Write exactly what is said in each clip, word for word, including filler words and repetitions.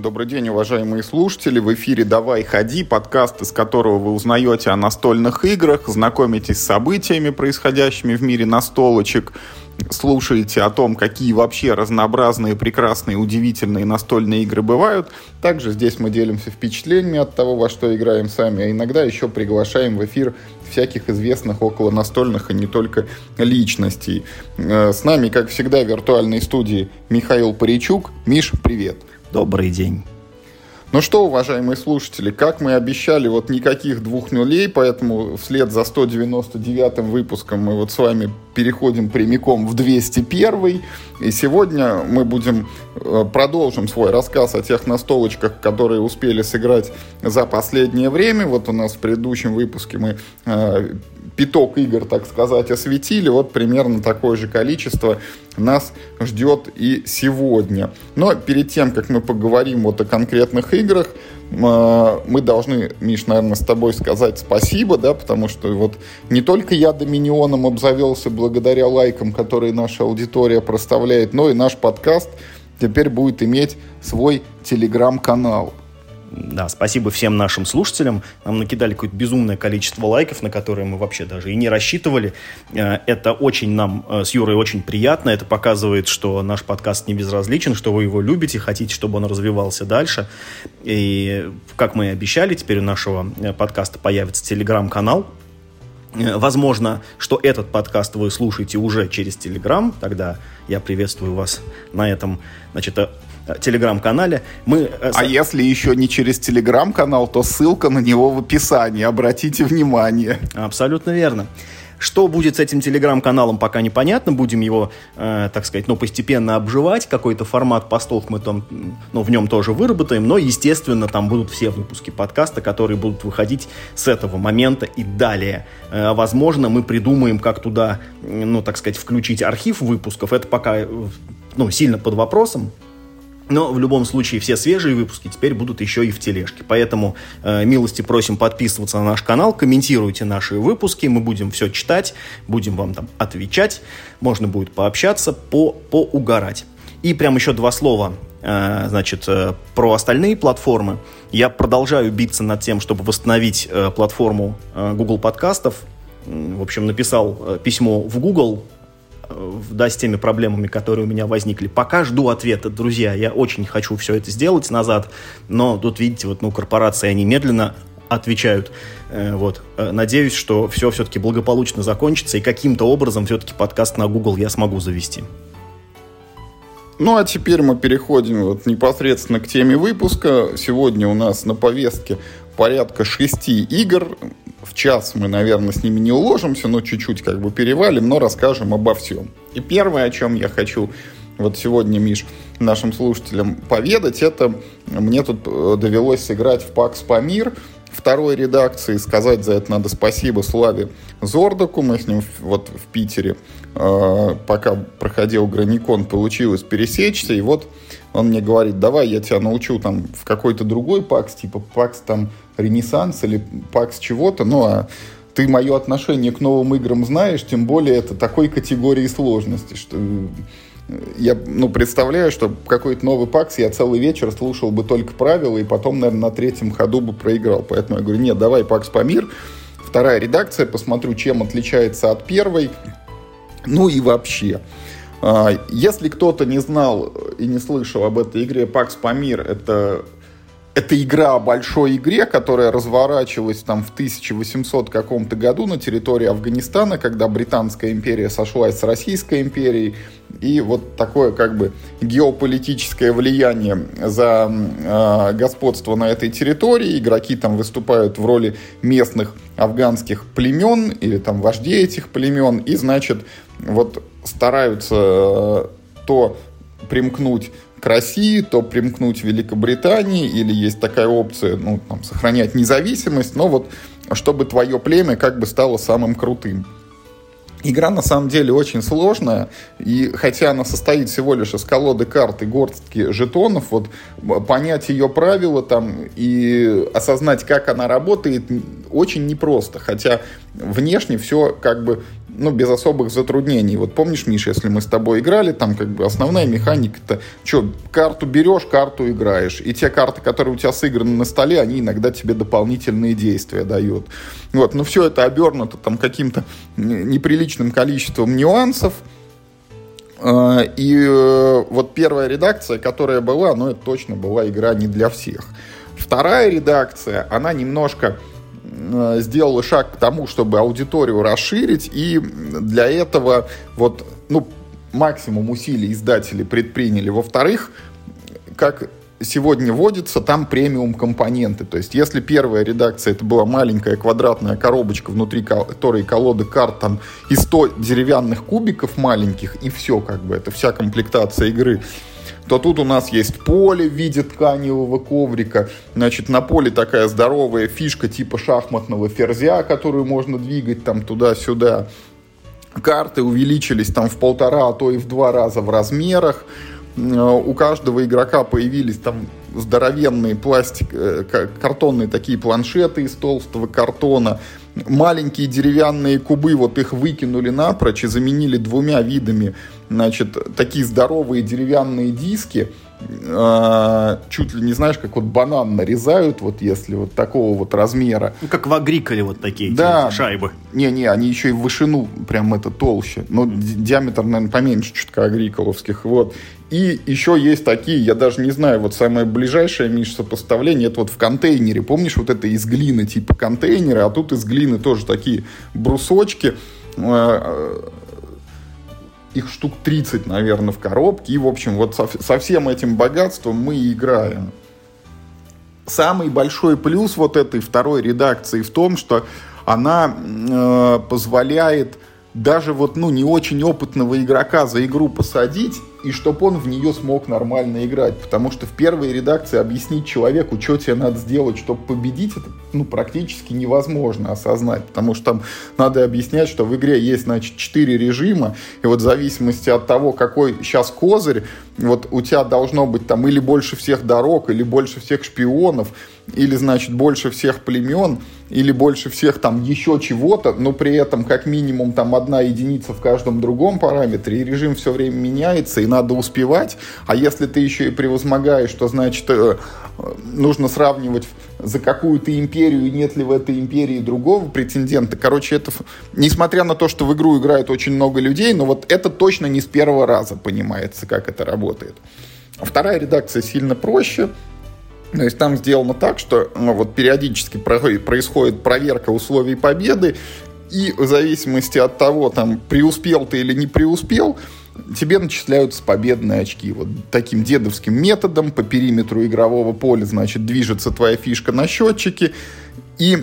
Добрый день, уважаемые слушатели. В эфире «Давай, ходи», подкаст, из которого вы узнаете о настольных играх, знакомитесь с событиями, происходящими в мире настолочек, слушаете о том, какие вообще разнообразные, прекрасные, удивительные настольные игры бывают. Также здесь мы делимся впечатлениями от того, во что играем сами, а иногда еще приглашаем в эфир всяких известных около настольных и не только личностей. С нами, как всегда, в виртуальной студии Михаил Паричук. Миш, привет. Добрый день. Ну что, уважаемые слушатели, как мы обещали, вот никаких двух нулей, поэтому вслед за сто девяносто девятым выпуском мы вот с вами переходим прямиком в двести первый. И сегодня мы будем продолжим свой рассказ о тех настолочках, которые успели сыграть за последнее время. Вот у нас в предыдущем выпуске мы э, пяток игр, так сказать, осветили. Вот примерно такое же количество нас ждет и сегодня. Но перед тем, как мы поговорим вот о конкретных играх, мы должны, Миш, наверное, с тобой сказать спасибо, да, потому что вот не только я доминионом обзавелся благодаря лайкам, которые наша аудитория проставляет, но и наш подкаст теперь будет иметь свой телеграм-канал. Да, спасибо всем нашим слушателям. Нам накидали какое-то безумное количество лайков, на которые мы вообще даже и не рассчитывали. Это очень нам с Юрой очень приятно. Это показывает, что наш подкаст не безразличен, что вы его любите, хотите, чтобы он развивался дальше. И, как мы и обещали, теперь у нашего подкаста появится телеграм-канал. Возможно, что этот подкаст вы слушаете уже через Телеграм. Тогда я приветствую вас на этом, значит, телеграм-канале. Мы... А если еще не через телеграм-канал, то ссылка на него в описании. Обратите внимание. Абсолютно верно. Что будет с этим телеграм-каналом, пока непонятно. Будем его, э, так сказать, ну, постепенно обживать. Какой-то формат постов мы там, ну, в нем тоже выработаем. Но, естественно, там будут все выпуски подкаста, которые будут выходить с этого момента и далее. Э, возможно, мы придумаем, как туда, ну, так сказать, включить архив выпусков. Это пока, ну, сильно под вопросом. Но в любом случае все свежие выпуски теперь будут еще и в тележке. Поэтому э, милости просим подписываться на наш канал, комментируйте наши выпуски, мы будем все читать, будем вам там отвечать, можно будет пообщаться, по, поугарать. И прям еще два слова, э, значит, э, про остальные платформы. Я продолжаю биться над тем, чтобы восстановить э, платформу э, Google подкастов. В общем, написал э, письмо в Google, да, с теми проблемами, которые у меня возникли. Пока жду ответа, друзья. Я очень хочу все это сделать назад, но тут, видите, вот, ну, корпорации, они медленно отвечают. Вот. Надеюсь, что все все-таки благополучно закончится, и каким-то образом все-таки подкаст на Google я смогу завести. Ну, а теперь мы переходим вот непосредственно к теме выпуска. Сегодня у нас на повестке порядка шести игр. В час мы, наверное, с ними не уложимся, но чуть-чуть как бы перевалим, но расскажем обо всем. И первое, о чем я хочу вот сегодня, Миш, нашим слушателям поведать, это мне тут довелось сыграть в пакс Памир второй редакции. Сказать за это надо спасибо Славе Зордаку. Мы с ним вот в Питере, пока проходил Граникон, получилось пересечься. И вот он мне говорит: давай я тебя научу там в какой-то другой пакс, типа пакс там Ренессанс или пакс чего-то. Ну, а ты мое отношение к новым играм знаешь, тем более это такой категории сложности, что я, ну, представляю, что какой-то новый пакс я целый вечер слушал бы только правила и потом, наверное, на третьем ходу бы проиграл. Поэтому я говорю: нет, давай пакс Памир, вторая редакция, посмотрю, чем отличается от первой. Ну и вообще, если кто-то не знал и не слышал об этой игре, пакс Памир — это, это игра о большой игре, которая разворачивалась там в тысяча восемьсотом каком-то году на территории Афганистана, когда Британская империя сошлась с Российской империей. И вот такое как бы геополитическое влияние за э, господство на этой территории. Игроки там выступают в роли местных афганских племен или там вождей этих племен. И, значит, вот стараются э, то примкнуть к России, то примкнуть к Великобритании, или есть такая опция, ну, там, сохранять независимость, но вот чтобы твое племя как бы стало самым крутым. Игра на самом деле очень сложная, и хотя она состоит всего лишь из колоды карт и горстки жетонов, вот понять ее правила там и осознать, как она работает, очень непросто. Хотя внешне все как бы ну, без особых затруднений. Вот помнишь, Миша, если мы с тобой играли, там как бы основная механика-то, что, карту берешь, карту играешь. И те карты, которые у тебя сыграны на столе, они иногда тебе дополнительные действия дают. Вот, но все это обернуто там каким-то неприличным количеством нюансов. И вот первая редакция, которая была, ну, это точно была игра не для всех. Вторая редакция, она немножко сделала шаг к тому, чтобы аудиторию расширить, и для этого вот, ну, максимум усилий издатели предприняли. Во-вторых, как сегодня водится, там премиум-компоненты. То есть, если первая редакция это была маленькая квадратная коробочка, внутри которой колоды карт там и сто деревянных кубиков маленьких, и все, как бы, это вся комплектация игры, то тут у нас есть поле в виде тканевого коврика. Значит, на поле такая здоровая фишка типа шахматного ферзя, которую можно двигать там туда-сюда. Карты увеличились там в полтора, а то и в два раза в размерах. У каждого игрока появились там здоровенные пластик, картонные такие планшеты из толстого картона. Маленькие деревянные кубы, вот их выкинули напрочь и заменили двумя видами. Значит, такие здоровые деревянные диски, э, чуть ли не знаешь, как вот банан нарезают, вот если вот такого вот размера. Ну, как в Агриколе вот такие, да, шайбы. Не-не, они еще и в вышину прям это толще. Но диаметр, наверное, поменьше чутка агриколовских. Вот. И еще есть такие, я даже не знаю, вот самое ближайшее, Миш, сопоставление, это вот в контейнере. Помнишь, вот это из глины типа контейнера, а тут из глины тоже такие брусочки. Их штук тридцать, наверное, в коробке. И, в общем, вот со, со всем этим богатством мы и играем. Самый большой плюс вот этой второй редакции в том, что она э, позволяет даже вот, ну, не очень опытного игрока за игру посадить, и чтобы он в нее смог нормально играть. Потому что в первой редакции объяснить человеку, что тебе надо сделать, чтобы победить, это, ну, практически невозможно осознать. Потому что там надо объяснять, что в игре есть, значит, четыре режима, и вот в зависимости от того, какой сейчас козырь, вот у тебя должно быть там или больше всех дорог, или больше всех шпионов, или, значит, больше всех племен, или больше всех там еще чего-то, но при этом как минимум там одна единица в каждом другом параметре, и режим все время меняется, и надо успевать. А если ты еще и превозмогаешь, то, значит, нужно сравнивать, за какую-то империю, нет ли в этой империи другого претендента. Короче, это, несмотря на то, что в игру играет очень много людей, но вот это точно не с первого раза понимается, как это работает. Вторая редакция сильно проще. То есть там сделано так, что, ну, вот периодически происходит проверка условий победы, и в зависимости от того, там, преуспел ты или не преуспел, тебе начисляются победные очки. Вот таким дедовским методом по периметру игрового поля, значит, движется твоя фишка на счетчике. И,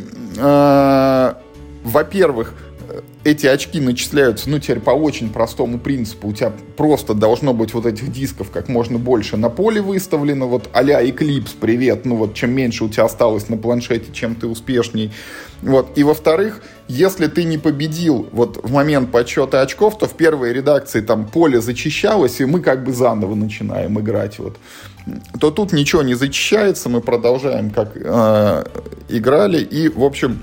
э, во-первых, эти очки начисляются, ну, теперь по очень простому принципу. У тебя просто должно быть вот этих дисков как можно больше на поле выставлено. Вот а-ля Eclipse, привет. Ну, вот чем меньше у тебя осталось на планшете, чем ты успешней. Вот. И, во-вторых, если ты не победил вот в момент подсчета очков, то в первой редакции там поле зачищалось, и мы как бы заново начинаем играть. Вот. То тут ничего не зачищается, мы продолжаем как э, играли. И, в общем,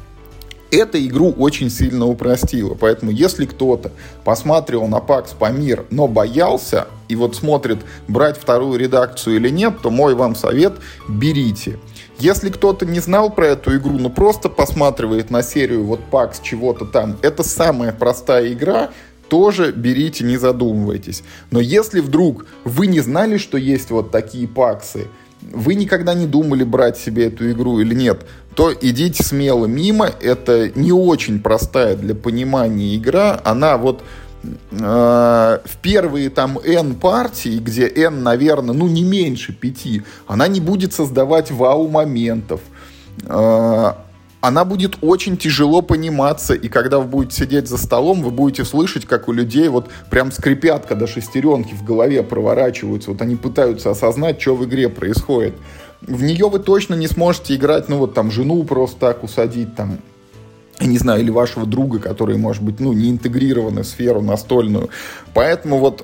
эта игру очень сильно упростила. Поэтому, если кто-то посмотрел на пакс Памир, но боялся, и вот смотрит, брать вторую редакцию или нет, то мой вам совет – берите. Если кто-то не знал про эту игру, но просто посматривает на серию вот пакс чего-то там, это самая простая игра, тоже берите, не задумывайтесь. Но если вдруг вы не знали, что есть вот такие паксы, вы никогда не думали брать себе эту игру или нет, то идите смело мимо. Это не очень простая для понимания игра. Она вот э, в первые там N партии, где N, наверное, ну не меньше пяти, она не будет создавать вау-моментов. Э, она будет очень тяжело пониматься, и когда вы будете сидеть за столом, вы будете слышать, как у людей вот прям скрипят, когда шестеренки в голове проворачиваются. Вот они пытаются осознать, что в игре происходит. В нее вы точно не сможете играть, ну вот там жену просто так усадить, там, я не знаю, или вашего друга, который, может быть, ну, не интегрирован в сферу настольную. Поэтому вот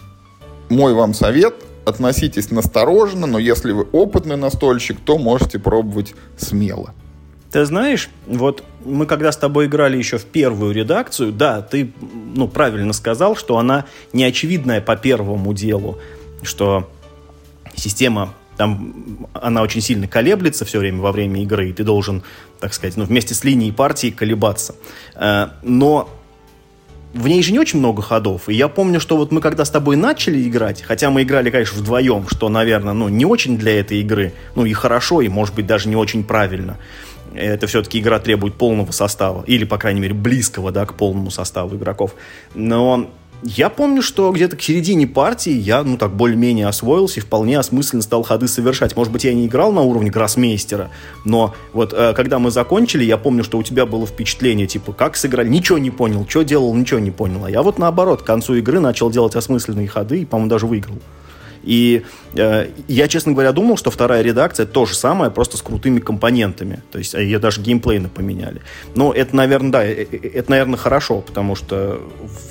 мой вам совет: относитесь настороженно, но если вы опытный настольщик, то можете пробовать смело. Ты знаешь, вот мы когда с тобой играли еще в первую редакцию, да, ты, ну, правильно сказал, что она не очевидная по первому делу, что система там, она очень сильно колеблется все время во время игры, и ты должен, так сказать, ну, вместе с линией партии колебаться. Но в ней же не очень много ходов, и я помню, что вот мы когда с тобой начали играть, хотя мы играли, конечно, вдвоем, что, наверное, ну, не очень для этой игры, ну, и хорошо, и, может быть, даже не очень правильно. Это все-таки игра требует полного состава, или, по крайней мере, близкого, да, к полному составу игроков. Но я помню, что где-то к середине партии я, ну, так, более-менее освоился и вполне осмысленно стал ходы совершать. Может быть, я не играл на уровне гроссмейстера, но вот э, когда мы закончили, я помню, что у тебя было впечатление, типа, как сыграли, ничего не понял, что делал, ничего не понял. А я вот наоборот, к концу игры начал делать осмысленные ходы и, по-моему, даже выиграл. И э, я, честно говоря, думал, что вторая редакция то же самое, просто с крутыми компонентами. То есть ее даже геймплейно поменяли. Но это, наверное, да, это, наверное, хорошо, потому что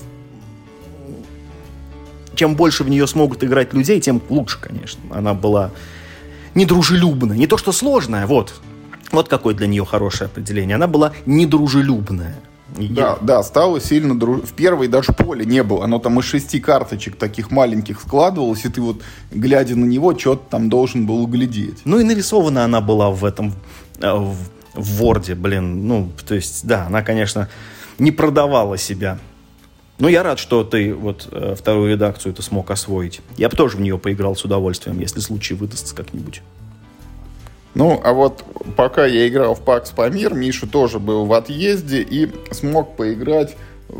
чем больше в нее смогут играть людей, тем лучше, конечно. Она была недружелюбная. Не то, что сложная, вот. Вот какое для нее хорошее определение. Она была недружелюбная. Да, да, стало сильно друж... В первой даже поле не было. Оно там из шести карточек таких маленьких складывалось, и ты вот, глядя на него, что-то там должен был углядеть. Ну и нарисована она была в этом, в, в Word, блин. Ну, то есть, да, она, конечно, не продавала себя. Но я рад, что ты вот вторую редакцию ты смог освоить. Я бы тоже в нее поиграл с удовольствием, если случай выдастся как-нибудь. Ну, а вот пока я играл в Пакс Памир, Миша тоже был в отъезде и смог поиграть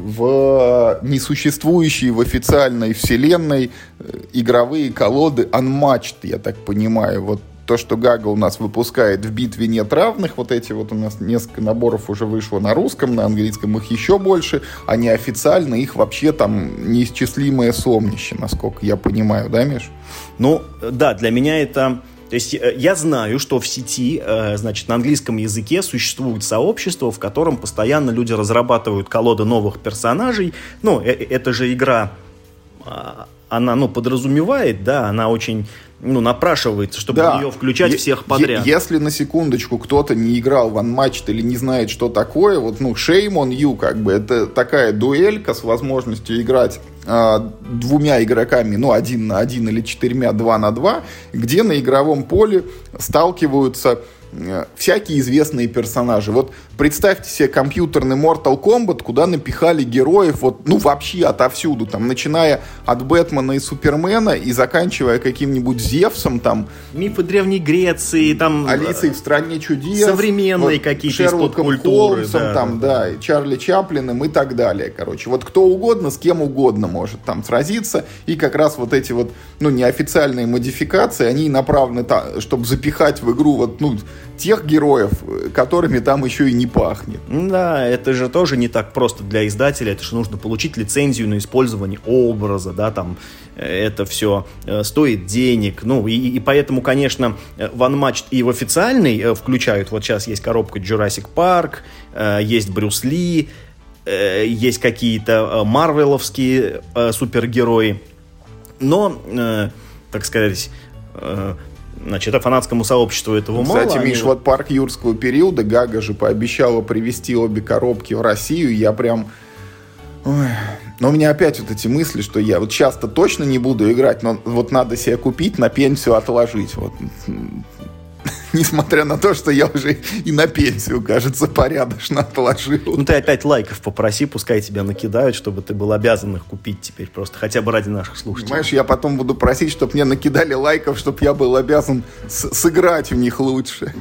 в несуществующие в официальной вселенной игровые колоды Unmatched, я так понимаю. Вот то, что Гага у нас выпускает в «Битве нет равных», вот эти вот у нас несколько наборов уже вышло на русском, на английском их еще больше, а неофициально их вообще там неисчислимое сомнище, насколько я понимаю, да, Миш? Ну, да, для меня это... То есть я знаю, что в сети, значит, на английском языке существует сообщество, в котором постоянно люди разрабатывают колоды новых персонажей. Ну, это же игра, она, ну, подразумевает, да, она очень, ну, напрашивается, чтобы да. в нее включать е- всех подряд. Е- если на секундочку кто-то не играл в Unmatched или не знает, что такое, вот, ну, shame on you, как бы, это такая дуэлька с возможностью играть двумя игроками, ну, один на один или четырьмя, два на два, где на игровом поле сталкиваются всякие известные персонажи. Вот представьте себе компьютерный Mortal Kombat, куда напихали героев вот, ну, вообще отовсюду, там, начиная от Бэтмена и Супермена и заканчивая каким-нибудь Зевсом, там... Мифы Древней Греции, там... Алисой в стране чудес. Современные вот, какие-то из поп-культуры. Холмсом, да, там, да, да, Чарли Чаплиным и так далее, короче. Вот кто угодно, с кем угодно может там сразиться, и как раз вот эти вот, ну, неофициальные модификации, они направлены, чтобы запихать в игру вот, ну, тех героев, которыми там еще и не пахнет. Да, это же тоже не так просто для издателя. Это же нужно получить лицензию на использование образа, да, там это все стоит денег. Ну, и, и поэтому, конечно, в Unmatched и в официальный включают. Вот сейчас есть коробка Jurassic Park, есть Брюс Ли, есть какие-то марвеловские супергерои. Но, так сказать, значит, фанатскому сообществу этого Кстати, мало. Кстати, Миш, они... вот парк юрского периода, Гага же пообещала привезти обе коробки в Россию. Я прям... Ой. Но у меня опять вот эти мысли, что я вот часто точно не буду играть, но вот надо себе купить, на пенсию отложить. Вот. Несмотря на то, что я уже и на пенсию, кажется, порядочно отложил. Ну, ты опять лайков попроси, пускай тебя накидают, чтобы ты был обязан их купить теперь просто, хотя бы ради наших слушателей. Понимаешь, я потом буду просить, чтобы мне накидали лайков, чтобы я был обязан с- сыграть в них лучше.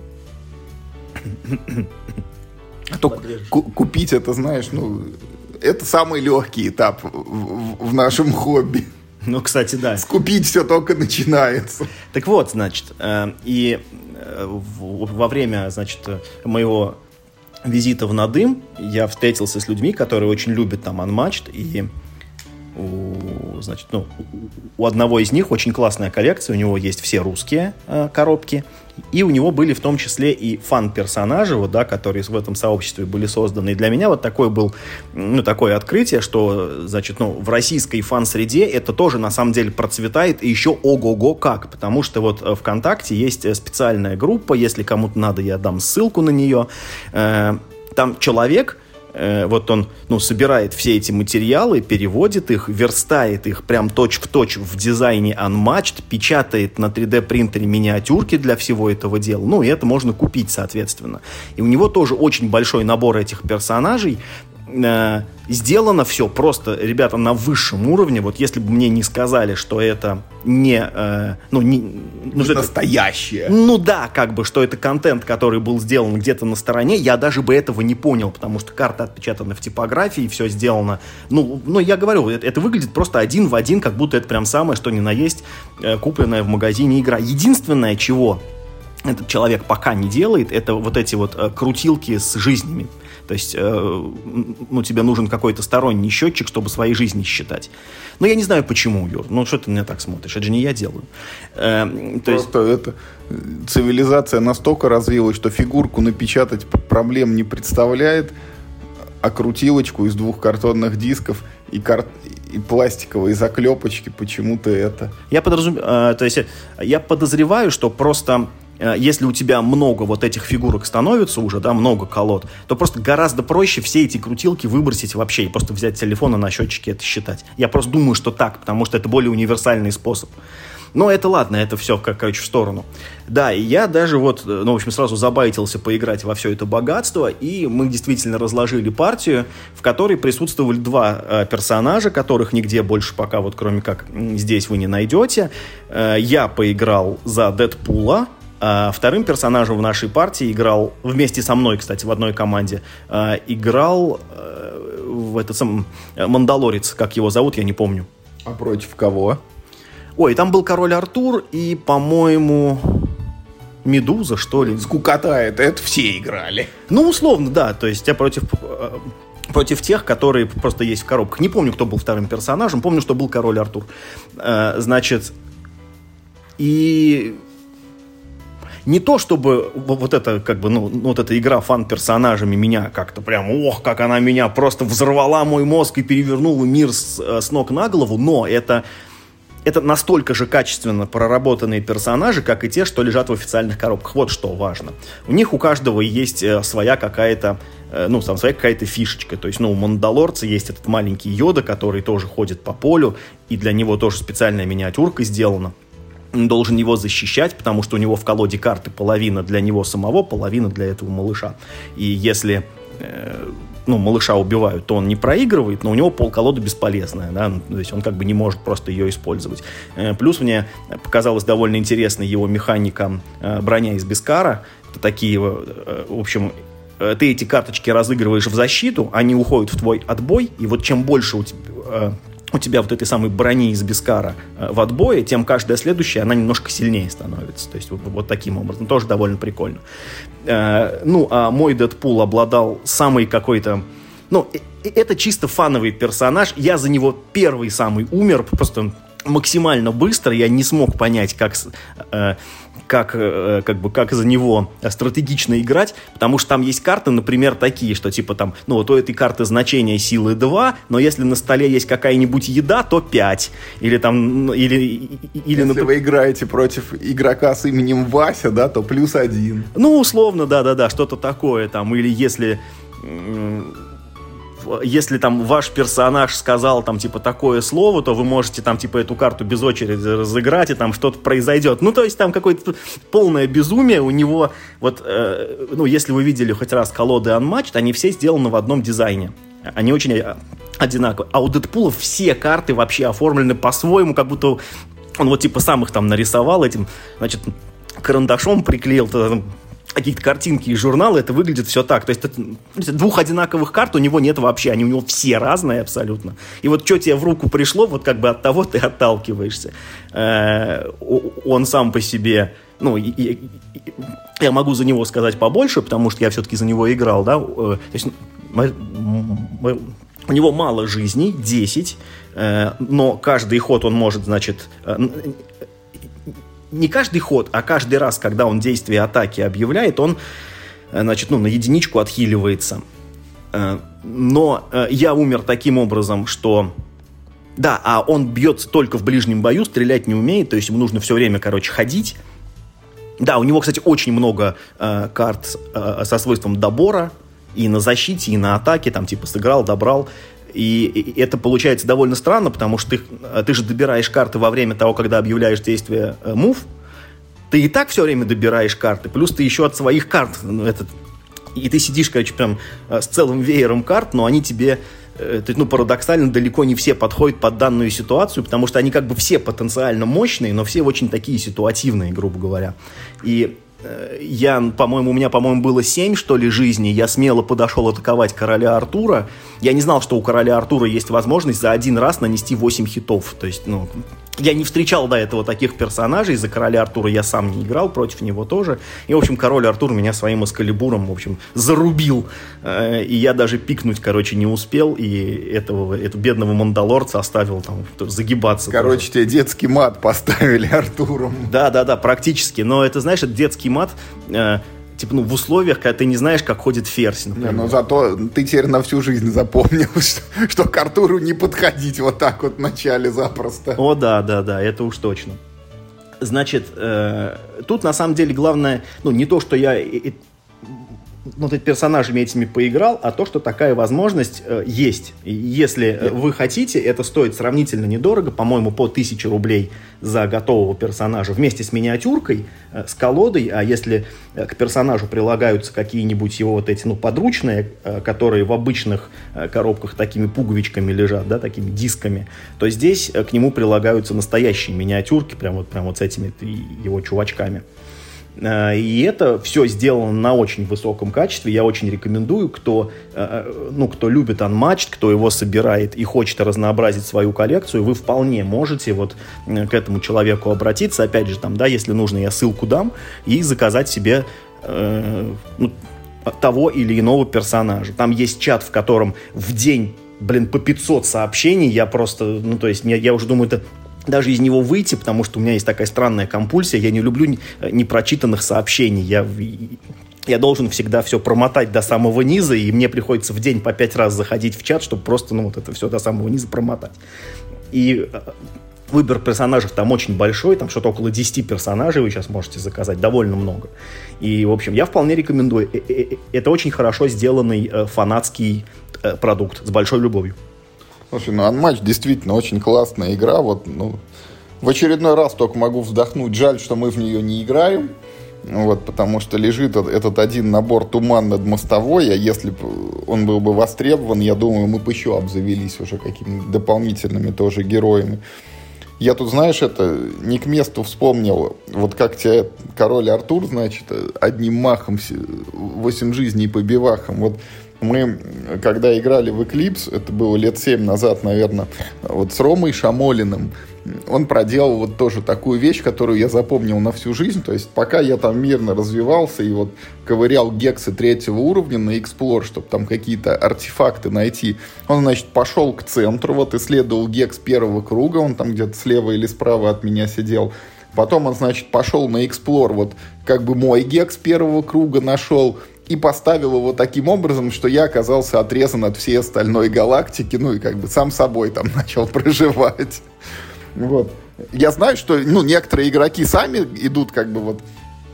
А то ку- купить это, знаешь, ну, это самый легкий этап в, в, в нашем хобби. Ну, кстати, да. Скупить все только начинается. Так вот, значит, э, и э, в, во время, значит, моего визита в Надым я встретился с людьми, которые очень любят там Unmatched, и у значит, ну, у одного из них очень классная коллекция, у него есть все русские э, коробки, и у него были в том числе и фан-персонажи, вот, да, которые в этом сообществе были созданы. И для меня вот такое был, ну, такое открытие, что, значит, ну, в российской фан-среде это тоже на самом деле процветает, и еще ого-го как, потому что вот ВКонтакте есть специальная группа, если кому-то надо, я дам ссылку на нее, э, там человек... Вот он, ну, собирает все эти материалы, переводит их, верстает их прям точь-в-точь в дизайне Unmatched, печатает на три дэ-принтере миниатюрки для всего этого дела. Ну, и это можно купить, соответственно. И у него тоже очень большой набор этих персонажей. Сделано все просто, ребята, на высшем уровне. Вот если бы мне не сказали, что это не... Э, ну, не, ну, не настоящее. Это, ну да, как бы, что это контент, который был сделан где-то на стороне, я даже бы этого не понял, потому что карта отпечатана в типографии, все сделано. Ну, ну я говорю, это, это выглядит просто один в один, как будто это прям самое, что ни на есть, э, купленная в магазине игра. Единственное, чего этот человек пока не делает, это вот эти вот э, крутилки с жизнями. То есть, э, ну, тебе нужен какой-то сторонний счетчик, чтобы свои жизни считать. Но я не знаю, почему, Юр. Ну, что ты на меня так смотришь? Это же не я делаю. Э, то Просто есть... это цивилизация настолько развилась, что фигурку напечатать проблем не представляет, а крутилочку из двух картонных дисков и, кар... и пластиковой заклепочки почему-то это... Я, подразум... э, то есть, я подозреваю, что просто... Если у тебя много вот этих фигурок становится уже, да, много колод, то просто гораздо проще все эти крутилки выбросить вообще и просто взять телефон и на счетчике это считать. Я просто думаю, что так, потому что это более универсальный способ. Но это ладно, это все, как, короче, в сторону. Да, и я даже вот, ну, в общем, сразу забайтился поиграть во все это богатство, и мы действительно разложили партию, в которой присутствовали два э, персонажа, которых нигде больше пока, вот кроме как здесь, вы не найдете. Э, я поиграл за Дэдпула. А вторым персонажем в нашей партии играл, вместе со мной, кстати, в одной команде, э, играл э, в этот сам Мандалорец, как его зовут, я не помню. А против кого? Ой, там был король Артур и, по-моему, Медуза, что ли. Скукота это, это все играли. Ну, условно, да, то есть я против... Э, против тех, которые просто есть в коробках. Не помню, кто был вторым персонажем, помню, что был король Артур. Э, значит, и... Не то, чтобы вот эта, как бы, ну, вот эта игра фан-персонажами меня как-то прям, ох, как она меня просто взорвала мой мозг и перевернула мир с, с ног на голову, но это, это настолько же качественно проработанные персонажи, как и те, что лежат в официальных коробках. Вот что важно. У них у каждого есть своя какая-то, ну, там, своя какая-то фишечка. То есть, ну, у Мандалорца есть этот маленький Йода, который тоже ходит по полю, и для него тоже специальная миниатюрка сделана. Он должен его защищать, потому что у него в колоде карты половина для него самого, половина для этого малыша. И если э, ну, малыша убивают, то он не проигрывает, но у него полколоды бесполезная, да? То есть он как бы не может просто ее использовать. Э, плюс мне показалась довольно интересной его механика э, броня из Бескара. Это такие, э, в общем... Ты эти карточки разыгрываешь в защиту, они уходят в твой отбой, и вот чем больше у тебя... Э, у тебя вот этой самой брони из Бескара э, в отбое, тем каждая следующая, она немножко сильнее становится. То есть вот, вот таким образом. Тоже довольно прикольно. Э, ну, а мой Дэдпул обладал самой какой-то... Ну, э, это чисто фановый персонаж. Я за него первый самый умер, просто максимально быстро. Я не смог понять, как... Э, Как, как бы, как за него стратегично играть, потому что там есть карты, например, такие, что типа там, ну вот у этой карты значение силы два, но если на столе есть какая-нибудь еда, то пять. Или там, или... или если нап... вы играете против игрока с именем Вася, да, то плюс один. Ну, условно, да-да-да, что-то такое там, или если... Если там ваш персонаж сказал там типа такое слово, то вы можете там типа эту карту без очереди разыграть, и там что-то произойдет. Ну, то есть там какое-то полное безумие у него. Вот, э, ну, если вы видели хоть раз колоды Unmatched, они все сделаны в одном дизайне. Они очень одинаковые. А у Дэдпула все карты вообще оформлены по-своему, как будто он вот типа сам их там нарисовал этим, значит, карандашом приклеил там какие-то картинки из журнала, это выглядит все так. То есть это, двух одинаковых карт у него нет вообще, они у него все разные абсолютно. И вот что тебе в руку пришло, вот как бы от того ты отталкиваешься. Он сам по себе, ну, я могу за него сказать побольше, потому что я все-таки за него играл, да. То есть у него мало жизней, десять. но каждый ход он может, значит... Не каждый ход, а каждый раз, когда он действие атаки объявляет, он, значит, ну, на единичку отхиливается. Но я умер таким образом, что... Да, а он бьется только в ближнем бою, стрелять не умеет, то есть ему нужно все время, короче, ходить. Да, у него, кстати, очень много э, карт э, со свойством добора и на защите, и на атаке, там, типа, сыграл, добрал. И, и это получается довольно странно, потому что ты, ты же добираешь карты во время того, когда объявляешь действие э, move. Ты и так все время добираешь карты, плюс ты еще от своих карт, ну, этот, и ты сидишь, короче, прям э, с целым веером карт, но они тебе... Это, ну, парадоксально, далеко не все подходят под данную ситуацию, потому что они как бы все потенциально мощные, но все очень такие ситуативные, грубо говоря. И э, я, по-моему, у меня, по-моему, было семь, что ли, жизней. Я смело подошел атаковать короля Артура. Я не знал, что у короля Артура есть возможность за один раз нанести восемь хитов. То есть, ну... Я не встречал до этого таких персонажей. За короля Артура я сам не играл, против него тоже. И, в общем, король Артур меня своим эскалибуром, в общем, зарубил. И я даже пикнуть, короче, не успел. И этого, этого бедного мандалорца оставил там загибаться. Короче, тоже. Тебе детский мат поставили Артуром. Да-да-да, практически. Но это, знаешь, это детский мат... Типа, ну, в условиях, когда ты не знаешь, как ходит ферзь, например. Не, но зато ты теперь на всю жизнь запомнил, что, что к Артуру не подходить вот так вот в начале запросто. О, да, да, да, это уж точно. Значит, э, тут на самом деле главное, ну, не то, что я э, э, ну, персонажами этими поиграл, а то, что такая возможность э, есть. И если э, вы хотите, это стоит сравнительно недорого, по-моему, по тысяче рублей за готового персонажа вместе с миниатюркой, э, с колодой, а если э, к персонажу прилагаются какие-нибудь его вот эти, ну, подручные, э, которые в обычных э, коробках такими пуговичками лежат, да, такими дисками, то здесь э, к нему прилагаются настоящие миниатюрки, прям вот, прям вот с этими его чувачками. И это все сделано на очень высоком качестве. Я очень рекомендую, кто, ну, кто любит Unmatched, кто его собирает и хочет разнообразить свою коллекцию, вы вполне можете вот к этому человеку обратиться. Опять же, там, да, если нужно, я ссылку дам, и заказать себе э, ну, того или иного персонажа. Там есть чат, в котором в день, блин, по пятьсот сообщений. Я просто, ну, то есть, я, я уже думаю, это... даже из него выйти, потому что у меня есть такая странная компульсия. Я не люблю непрочитанных сообщений. Я, я должен всегда все промотать до самого низа, и мне приходится в день по пять раз заходить в чат, чтобы просто, ну, вот это все до самого низа промотать. И выбор персонажей там очень большой, там что-то около десяти персонажей вы сейчас можете заказать, довольно много. И, в общем, я вполне рекомендую. Это очень хорошо сделанный фанатский продукт с большой любовью. Слушай, ну Unmatched действительно очень классная игра. Вот, ну, в очередной раз только могу вздохнуть. Жаль, что мы в нее не играем. Вот, потому что лежит этот один набор «Туман над мостовой», а если бы он был бы востребован, я думаю, мы бы еще обзавелись уже какими-то дополнительными тоже героями. Я тут, знаешь, это не к месту вспомнил, вот как тебе король Артур, значит, одним махом восемь жизней по бивахам. Вот мы, когда играли в Eclipse, это было лет семь назад, наверное, вот с Ромой Шамолиным, он проделал вот тоже такую вещь, которую я запомнил на всю жизнь. То есть пока я там мирно развивался и вот ковырял гексы третьего уровня на Explore, чтобы там какие-то артефакты найти, он, значит, пошел к центру, вот исследовал гекс первого круга, он там где-то слева или справа от меня сидел. Потом он, значит, пошел на Explore, вот как бы мой гекс первого круга нашел, и поставил его таким образом, что я оказался отрезан от всей остальной галактики, ну и как бы сам собой там начал проживать. Вот. Я знаю, что, ну, некоторые игроки сами идут как бы вот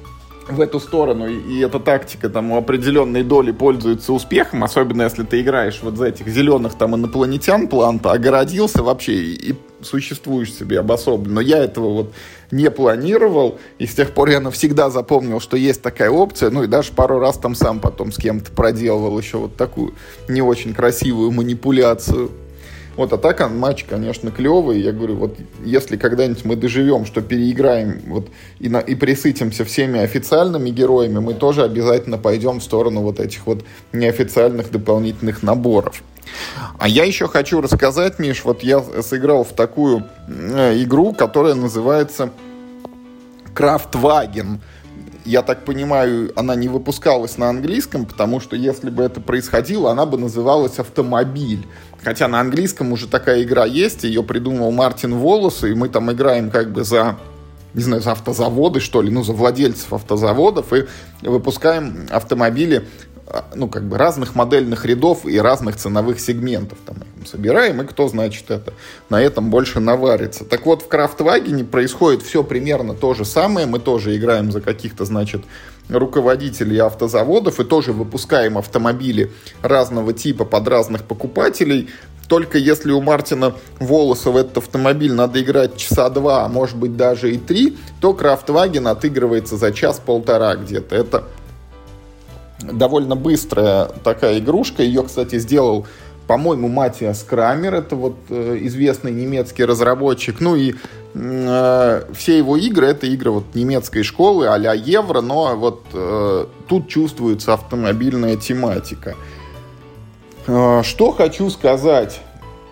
в эту сторону, и, и эта тактика там у определенной доли пользуется успехом, особенно если ты играешь вот за этих зеленых там инопланетян планта, огородился вообще и, и существуешь себе обособленно. Но я этого вот не планировал, и с тех пор я навсегда запомнил, что есть такая опция, ну и даже пару раз там сам потом с кем-то проделывал еще вот такую не очень красивую манипуляцию. Вот, а так матч, конечно, клевый. Я говорю, вот если когда-нибудь мы доживем, что переиграем вот, и, на, и присытимся всеми официальными героями, мы тоже обязательно пойдем в сторону вот этих вот неофициальных дополнительных наборов. А я еще хочу рассказать, Миш, вот я сыграл в такую э, игру, которая называется Крафтваген. я так понимаю, она не выпускалась на английском, потому что если бы это происходило, она бы называлась «Автомобиль». Хотя на английском уже такая игра есть, ее придумал Мартин Волос, и мы там играем как бы за, не знаю, за автозаводы, что ли, ну, за владельцев автозаводов, и выпускаем автомобили, ну, как бы разных модельных рядов и разных ценовых сегментов. Там их собираем, и кто, значит, это, на этом больше наварится. Так вот, в Крафтвагене происходит все примерно то же самое. Мы тоже играем за каких-то, значит, руководителей автозаводов и тоже выпускаем автомобили разного типа под разных покупателей. Только если у Мартина Волоса в этот автомобиль надо играть часа два, а может быть даже и три, то Крафтваген отыгрывается за час-полтора где-то. Это довольно быстрая такая игрушка. Ее, кстати, сделал, по-моему, Матиас Крамер. Это вот э, известный немецкий разработчик. Ну и э, все его игры, это игры вот немецкой школы а-ля Евро, но вот э, тут чувствуется автомобильная тематика. Э, что хочу сказать.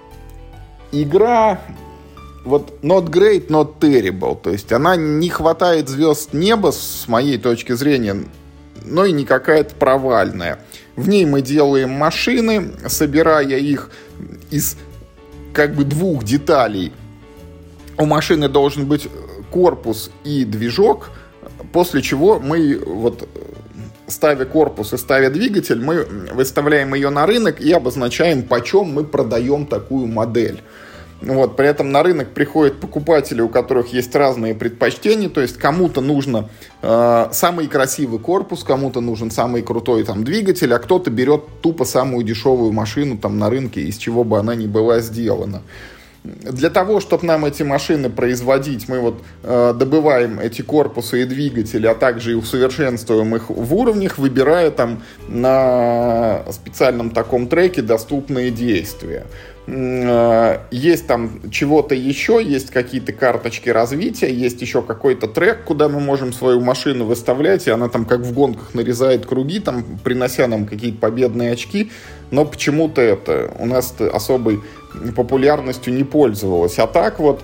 Игра вот not great, not terrible. То есть она не хватает звезд неба, с моей точки зрения, но и не какая-то провальная. В ней мы делаем машины, собирая их из как бы двух деталей. У машины должен быть корпус и движок, после чего мы, вот, ставя корпус и ставя двигатель, мы выставляем ее на рынок и обозначаем, почем мы продаем такую модель. Вот, при этом на рынок приходят покупатели, у которых есть разные предпочтения, то есть кому-то нужно э, самый красивый корпус, кому-то нужен самый крутой там двигатель, а кто-то берет тупо самую дешевую машину там на рынке, из чего бы она ни была сделана. Для того, чтобы нам эти машины производить, мы вот э, добываем эти корпусы и двигатели, а также и усовершенствуем их в уровнях, выбирая там на специальном таком треке доступные действия. Есть там чего-то еще, есть какие-то карточки развития, есть еще какой-то трек, куда мы можем свою машину выставлять, и она там как в гонках нарезает круги, там, принося нам какие-то победные очки, но почему-то это у нас особой популярностью не пользовалось. А так вот,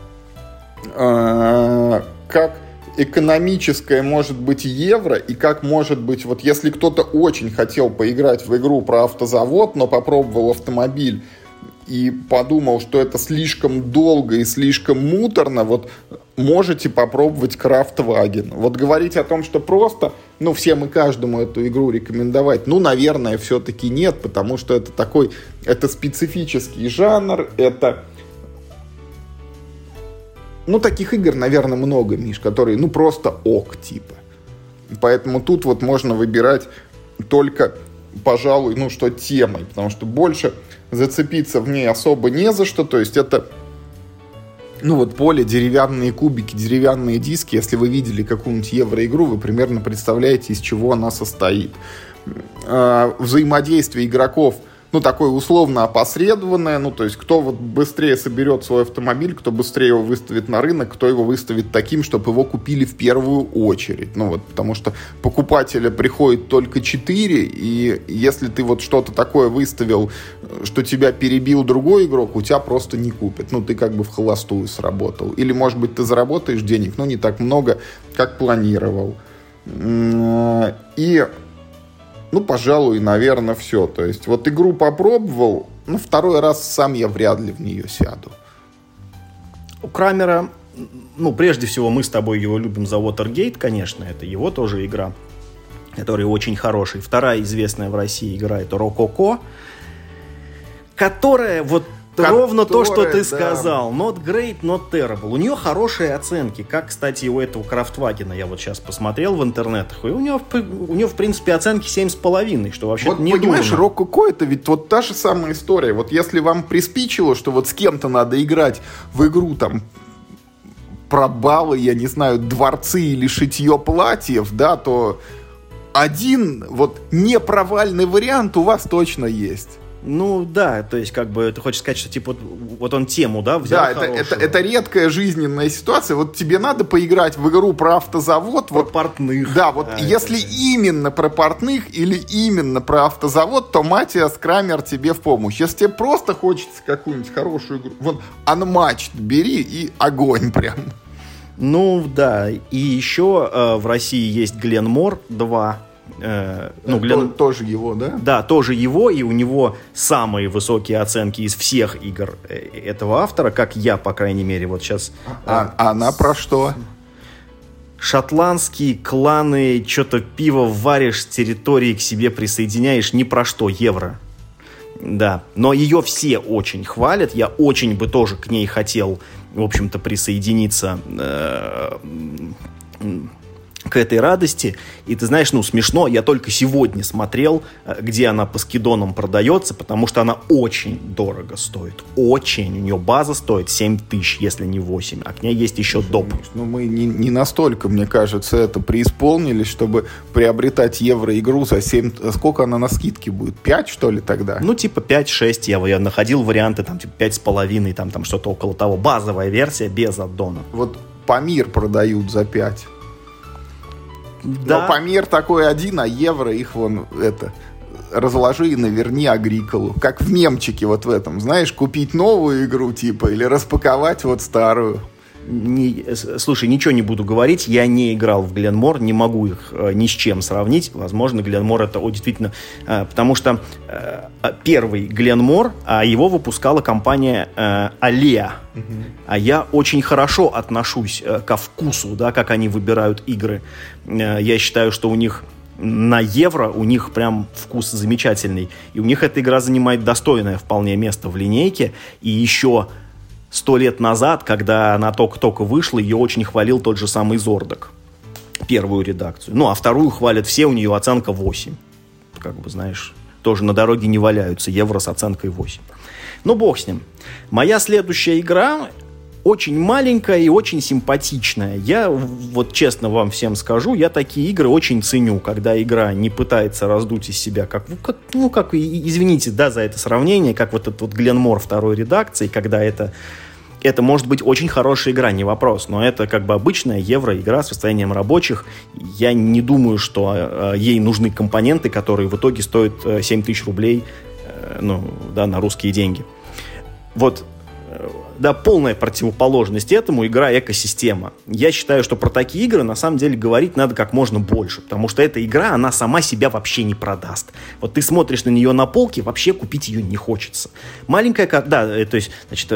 э, как экономическое может быть евро, и как может быть, вот если кто-то очень хотел поиграть в игру про автозавод, но попробовал автомобиль, и подумал, что это слишком долго и слишком муторно, вот можете попробовать Крафтваген. Вот говорить о том, что просто, ну, всем и каждому эту игру рекомендовать, ну, наверное, все-таки нет, потому что это такой, это специфический жанр, это, ну, таких игр, наверное, много, Миш, которые, ну, просто ок, типа. Поэтому тут вот можно выбирать только, пожалуй, ну, что темой, потому что больше зацепиться в ней особо не за что, то есть это, ну, вот поле, деревянные кубики, деревянные диски. Если вы видели какую-нибудь евроигру, вы примерно представляете, из чего она состоит. Взаимодействие игроков, ну, такое условно опосредованное, ну, то есть кто вот быстрее соберет свой автомобиль, кто быстрее его выставит на рынок, кто его выставит таким, чтобы его купили в первую очередь. Ну, вот, потому что покупателя приходит только четыре, и если ты вот что-то такое выставил, что тебя перебил другой игрок, у тебя просто не купят. Ну, ты как бы в холостую сработал. Или, может быть, ты заработаешь денег, но не так много, как планировал. И... Ну, пожалуй, наверное, все. То есть, вот игру попробовал, ну, второй раз сам я вряд ли в нее сяду. У Крамера, ну, прежде всего, мы с тобой его любим за Watergate, конечно, это его тоже игра, которая очень хорошая. Вторая известная в России игра — это Рококо, которая вот Которая, ровно то, что ты да. сказал. Not great, not terrible. У нее хорошие оценки. Как, кстати, у этого Крафтвагена. Я вот сейчас посмотрел в интернетах. И у нее, у нее в принципе, оценки семь с половиной, что вообще вот, не понимаешь, Рококо — это ведь вот та же самая история. Вот если вам приспичило, что вот с кем-то надо играть в игру там про балы, я не знаю, дворцы или шитье платьев, да, то один вот непровальный вариант у вас точно есть. Ну да, то есть как бы ты хочешь сказать, что типа вот, вот он тему, да, взял. Да, это, это, это редкая жизненная ситуация. Вот тебе надо поиграть в игру про автозавод. Про вот, портных. Да, вот а, если это... именно про портных или именно про автозавод, то Матиас Крамер тебе в помощь. Если тебе просто хочется какую-нибудь хорошую игру, вот Unmatched бери и огонь прям. Ну, да. И еще э, в России есть Glenmore два. Э, ну, Глен... Тоже его, да? Да, тоже его, и у него самые высокие оценки из всех игр этого автора, как я, по крайней мере, вот сейчас... А, а она про что? Шотландские кланы, что-то пиво варишь, с территории к себе присоединяешь, ни про что, евро. Да, но ее все очень хвалят, я очень бы тоже к ней хотел, в общем-то, присоединиться э, к этой радости. И ты знаешь, ну, смешно, я только сегодня смотрел, где она по скидонам продается, потому что она очень дорого стоит. Очень. У нее база стоит семь тысяч, если не восемь, а к ней есть еще доп. Ну, мы не, не настолько, мне кажется, это преисполнились, чтобы приобретать евро-игру за семь... Сколько она на скидке будет? пять, что ли, тогда? Ну, типа пять-шесть. Я, я находил варианты, там, типа пять с половиной, там, там что-то около того. Базовая версия без аддона. Вот Памир продают за пять. Да. Но Памир такой один, а евро их вон это разложи и наверни Агриколу. Как в мемчике вот в этом. Знаешь, купить новую игру типа или распаковать вот старую. Не, слушай, ничего не буду говорить. Я не играл в Glenmore, не могу их э, ни с чем сравнить. Возможно, Glenmore это о, действительно... Э, потому что э, первый Glenmore, а его выпускала компания э, Alea. Угу. А я очень хорошо отношусь э, ко вкусу, да, как они выбирают игры. Э, я считаю, что у них на евро у них прям вкус замечательный. И у них эта игра занимает достойное вполне место в линейке. И еще... Сто лет назад, когда она только-только вышла, ее очень хвалил тот же самый Зордок. Первую редакцию. Ну, а вторую хвалят все, у нее оценка восемь. Как бы, знаешь, тоже на дороге не валяются. Евро с оценкой восемь. Ну, бог с ним. Моя следующая игра очень маленькая и очень симпатичная. Я, вот честно вам всем скажу, я такие игры очень ценю, когда игра не пытается раздуть из себя, как, как, ну, как, извините, да, за это сравнение, как вот этот вот Glenmore второй редакции, когда это, это может быть очень хорошая игра, не вопрос, но это как бы обычная евро-игра с состоянием рабочих. Я не думаю, что э, ей нужны компоненты, которые в итоге стоят э, семь тысяч рублей, э, ну, да, на русские деньги. Вот. Да, полная противоположность этому игра экосистема. Я считаю, что про такие игры на самом деле говорить надо как можно больше, потому что эта игра, она сама себя вообще не продаст. Вот ты смотришь на нее на полке, вообще купить ее не хочется. Маленькая, да, то есть, значит,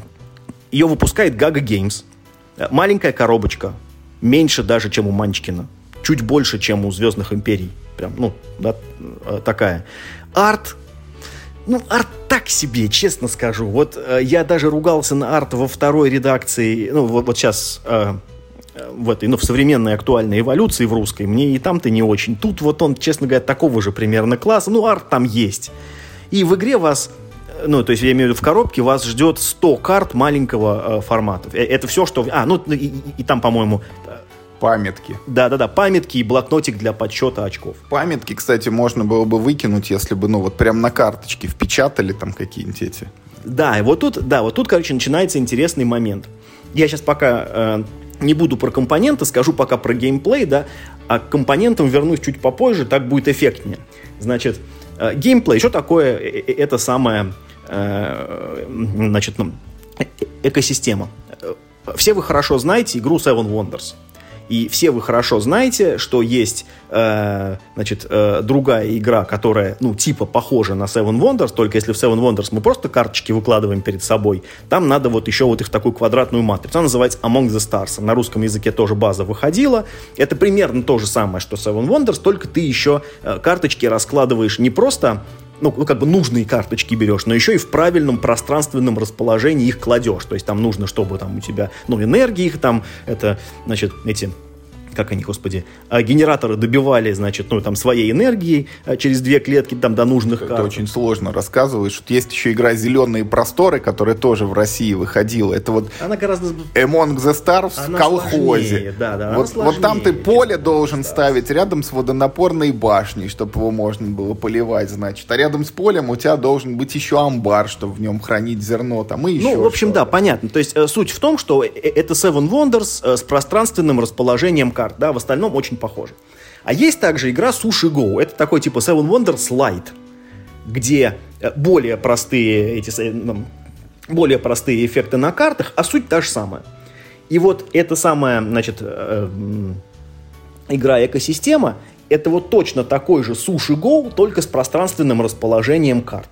ее выпускает Gaga Games. Маленькая коробочка, меньше даже, чем у Манчкина, чуть больше, чем у Звездных Империй. Прям, ну, да, такая. Арт. Ну, арт так себе, честно скажу. Вот э, я даже ругался на арт во второй редакции, ну, вот, вот сейчас э, в этой, ну, в современной актуальной эволюции в русской, мне и там-то не очень. Тут вот он, честно говоря, такого же примерно класса, ну, арт там есть. И в игре вас, ну, то есть я имею в виду в коробке, вас ждет сто карт маленького э, формата. Это все, что... А, ну, и, и, и там, по-моему... Памятки. Да-да-да, памятки и блокнотик для подсчета очков. Памятки, кстати, можно было бы выкинуть, если бы, ну, вот прям на карточке впечатали там какие-нибудь эти. Да, и вот тут, да, вот тут, короче, начинается интересный момент. Я сейчас пока э, не буду про компоненты, скажу пока про геймплей, да, а к компонентам вернусь чуть попозже, так будет эффектнее. Значит, э, геймплей, что такое э- э- это самая, э, значит, ну, э- экосистема? Все вы хорошо знаете игру Seven Wonders. И все вы хорошо знаете, что есть э, значит, э, другая игра, которая, ну, типа похожа на Seven Wonders, только если в Seven Wonders мы просто карточки выкладываем перед собой, там надо вот еще вот их такую квадратную матрицу. Она называется Among the Stars. На русском языке тоже база выходила. Это примерно то же самое, что Seven Wonders, только ты еще э, карточки раскладываешь не просто... Ну, как бы нужные карточки берешь, но еще и в правильном пространственном расположении их кладешь. То есть там нужно, чтобы там у тебя, ну, энергии их там, это, значит, эти... как они, господи, генераторы добивали, значит, ну, там, своей энергией через две клетки там до нужных карт. Это очень сложно рассказываешь. Есть еще игра «Зеленые просторы», которая тоже в России выходила. Это вот она гораздо... Among the Stars в колхозе. Сложнее, да, да, вот, вот там ты поле должен ставить рядом с водонапорной башней, чтобы его можно было поливать, значит. А рядом с полем у тебя должен быть еще амбар, чтобы в нем хранить зерно там, и еще Ну, в общем, что-то. Да, понятно. То есть суть в том, что это Seven Wonders с пространственным расположением карт. Да, в остальном очень похоже. А есть также игра Sushi Go. Это такой типа Seven Wonders Lite, где более простые, эти, более простые эффекты на картах, а суть та же самая. И вот эта самая, значит, э, игра-экосистема, это вот точно такой же Sushi Go, только с пространственным расположением карт.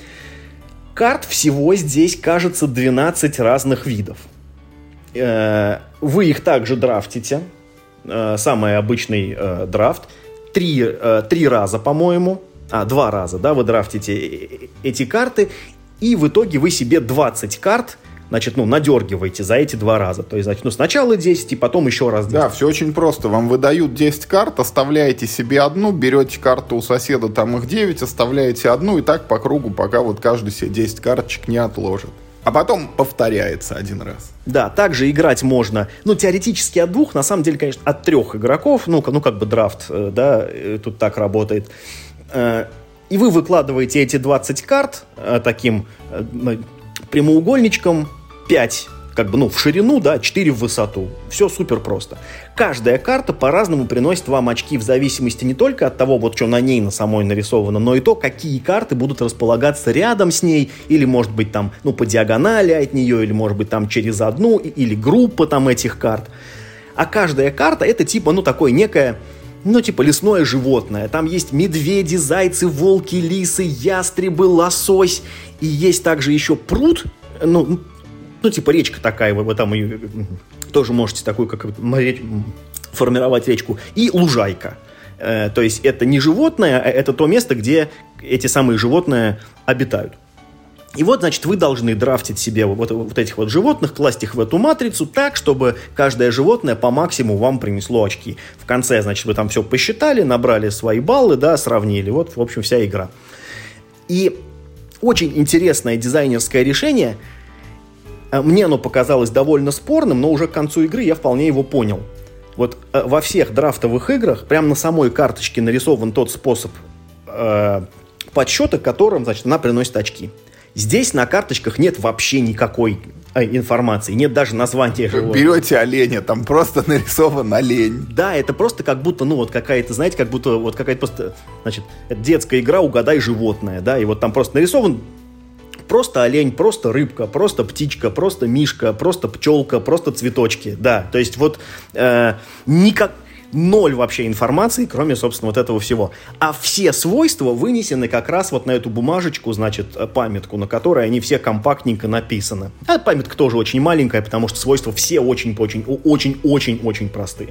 Карт всего здесь, кажется, двенадцать разных видов. Э, вы их также драфтите. Э, самый обычный э, драфт. Три, э, три раза, по-моему. А, два раза, да, вы драфтите эти карты. И в итоге вы себе двадцать карт, значит, ну, надергиваете за эти два раза. То есть, значит, ну, сначала десять, и потом еще раз десять. Да, все очень просто. Вам выдают десять карт, оставляете себе одну, берете карту у соседа, там их девять, оставляете одну, и так по кругу, пока вот каждый себе десять карточек не отложит. А потом повторяется один раз. Да, также играть можно, ну, теоретически от двух, на самом деле, конечно, от трех игроков. Ну, ну как бы драфт, да, тут так работает. И вы выкладываете эти двадцать карт таким прямоугольничком, пять как бы, ну, в ширину, да, четыре в высоту. Все супер просто. Каждая карта по-разному приносит вам очки в зависимости не только от того, вот что на ней на самой нарисовано, но и то, какие карты будут располагаться рядом с ней, или, может быть, там, ну, по диагонали от нее, или, может быть, там через одну, или группа там этих карт. А каждая карта — это типа, ну, такое некое, ну, типа лесное животное. Там есть медведи, зайцы, волки, лисы, ястребы, лосось. И есть также еще пруд, ну, ну типа речка такая, вы, вы там ее тоже можете такую, как формировать речку. И лужайка. Э, то есть это не животное, а это то место, где эти самые животные обитают. И вот, значит, вы должны драфтить себе вот, вот этих вот животных, класть их в эту матрицу так, чтобы каждое животное по максимуму вам принесло очки. В конце, значит, вы там все посчитали, набрали свои баллы, да, сравнили. Вот, в общем, вся игра. И очень интересное дизайнерское решение. Мне оно показалось довольно спорным, но уже к концу игры я вполне его понял. Вот э, во всех драфтовых играх прямо на самой карточке нарисован тот способ э, подсчета, которым, значит, она приносит очки. Здесь на карточках нет вообще никакой э, информации, нет даже названия животного. Берете оленя, там просто нарисован олень. Да, это просто как будто, ну вот какая-то, знаете, как будто вот какая-то просто, значит, детская игра «Угадай животное», да, и вот там просто нарисован просто олень, просто рыбка, просто птичка, просто мишка, просто пчелка, просто цветочки, да, то есть вот э, никак... Ноль вообще информации, кроме, собственно, вот этого всего. А все свойства вынесены как раз вот на эту бумажечку, значит, памятку, на которой они все компактненько написаны. А памятка тоже очень маленькая, потому что свойства все очень-очень-очень-очень-очень простые.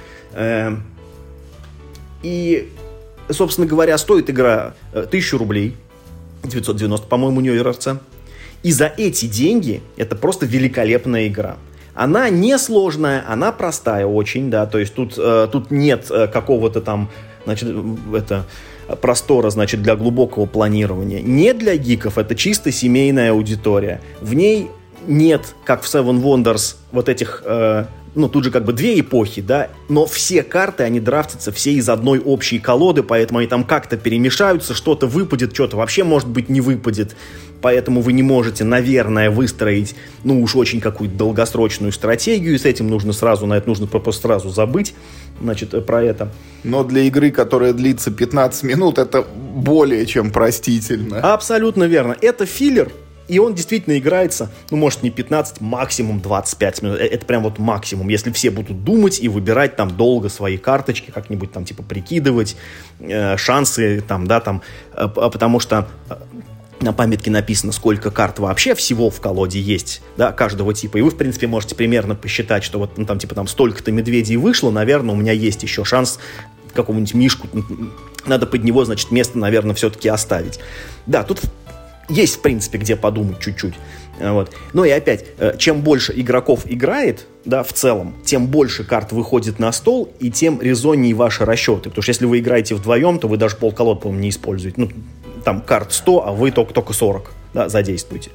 И, собственно говоря, стоит игра тысячу рублей, девятьсот девяносто, по-моему, у нее эр эр си. И за эти деньги это просто великолепная игра. Она несложная, она простая очень, да, то есть тут, э, тут нет э, какого-то там, значит, это, простора, значит, для глубокого планирования. Не для гиков, это чисто семейная аудитория. В ней нет, как в Seven Wonders, вот этих, э, ну, тут же как бы две эпохи, да, но все карты, они драфтятся все из одной общей колоды, поэтому они там как-то перемешаются, что-то выпадет, что-то вообще, может быть, не выпадет. Поэтому вы не можете, наверное, выстроить, ну уж очень какую-то долгосрочную стратегию, и с этим нужно сразу, на это нужно просто сразу забыть, значит, про это. Но для игры, которая длится пятнадцать минут, это более чем простительно. Абсолютно верно. Это филлер, и он действительно играется, ну, может, не пятнадцать, максимум двадцать пять минут. Это прям вот максимум, если все будут думать и выбирать там долго свои карточки, как-нибудь там, типа, прикидывать э, шансы, там, да, там, э, потому что... На памятке написано, сколько карт вообще всего в колоде есть, да, каждого типа. И вы, в принципе, можете примерно посчитать, что вот, ну, там, типа, там, столько-то медведей вышло, наверное, у меня есть еще шанс какого-нибудь мишку, надо под него, значит, место, наверное, все-таки оставить. Да, тут есть, в принципе, где подумать чуть-чуть. Вот. Ну и опять, чем больше игроков играет, да, в целом, тем больше карт выходит на стол, и тем резоннее ваши расчеты. Потому что если вы играете вдвоем, то вы даже полколод, по-моему, не используете. Ну, там карт сто, а вы только, только сорок, да, задействуете.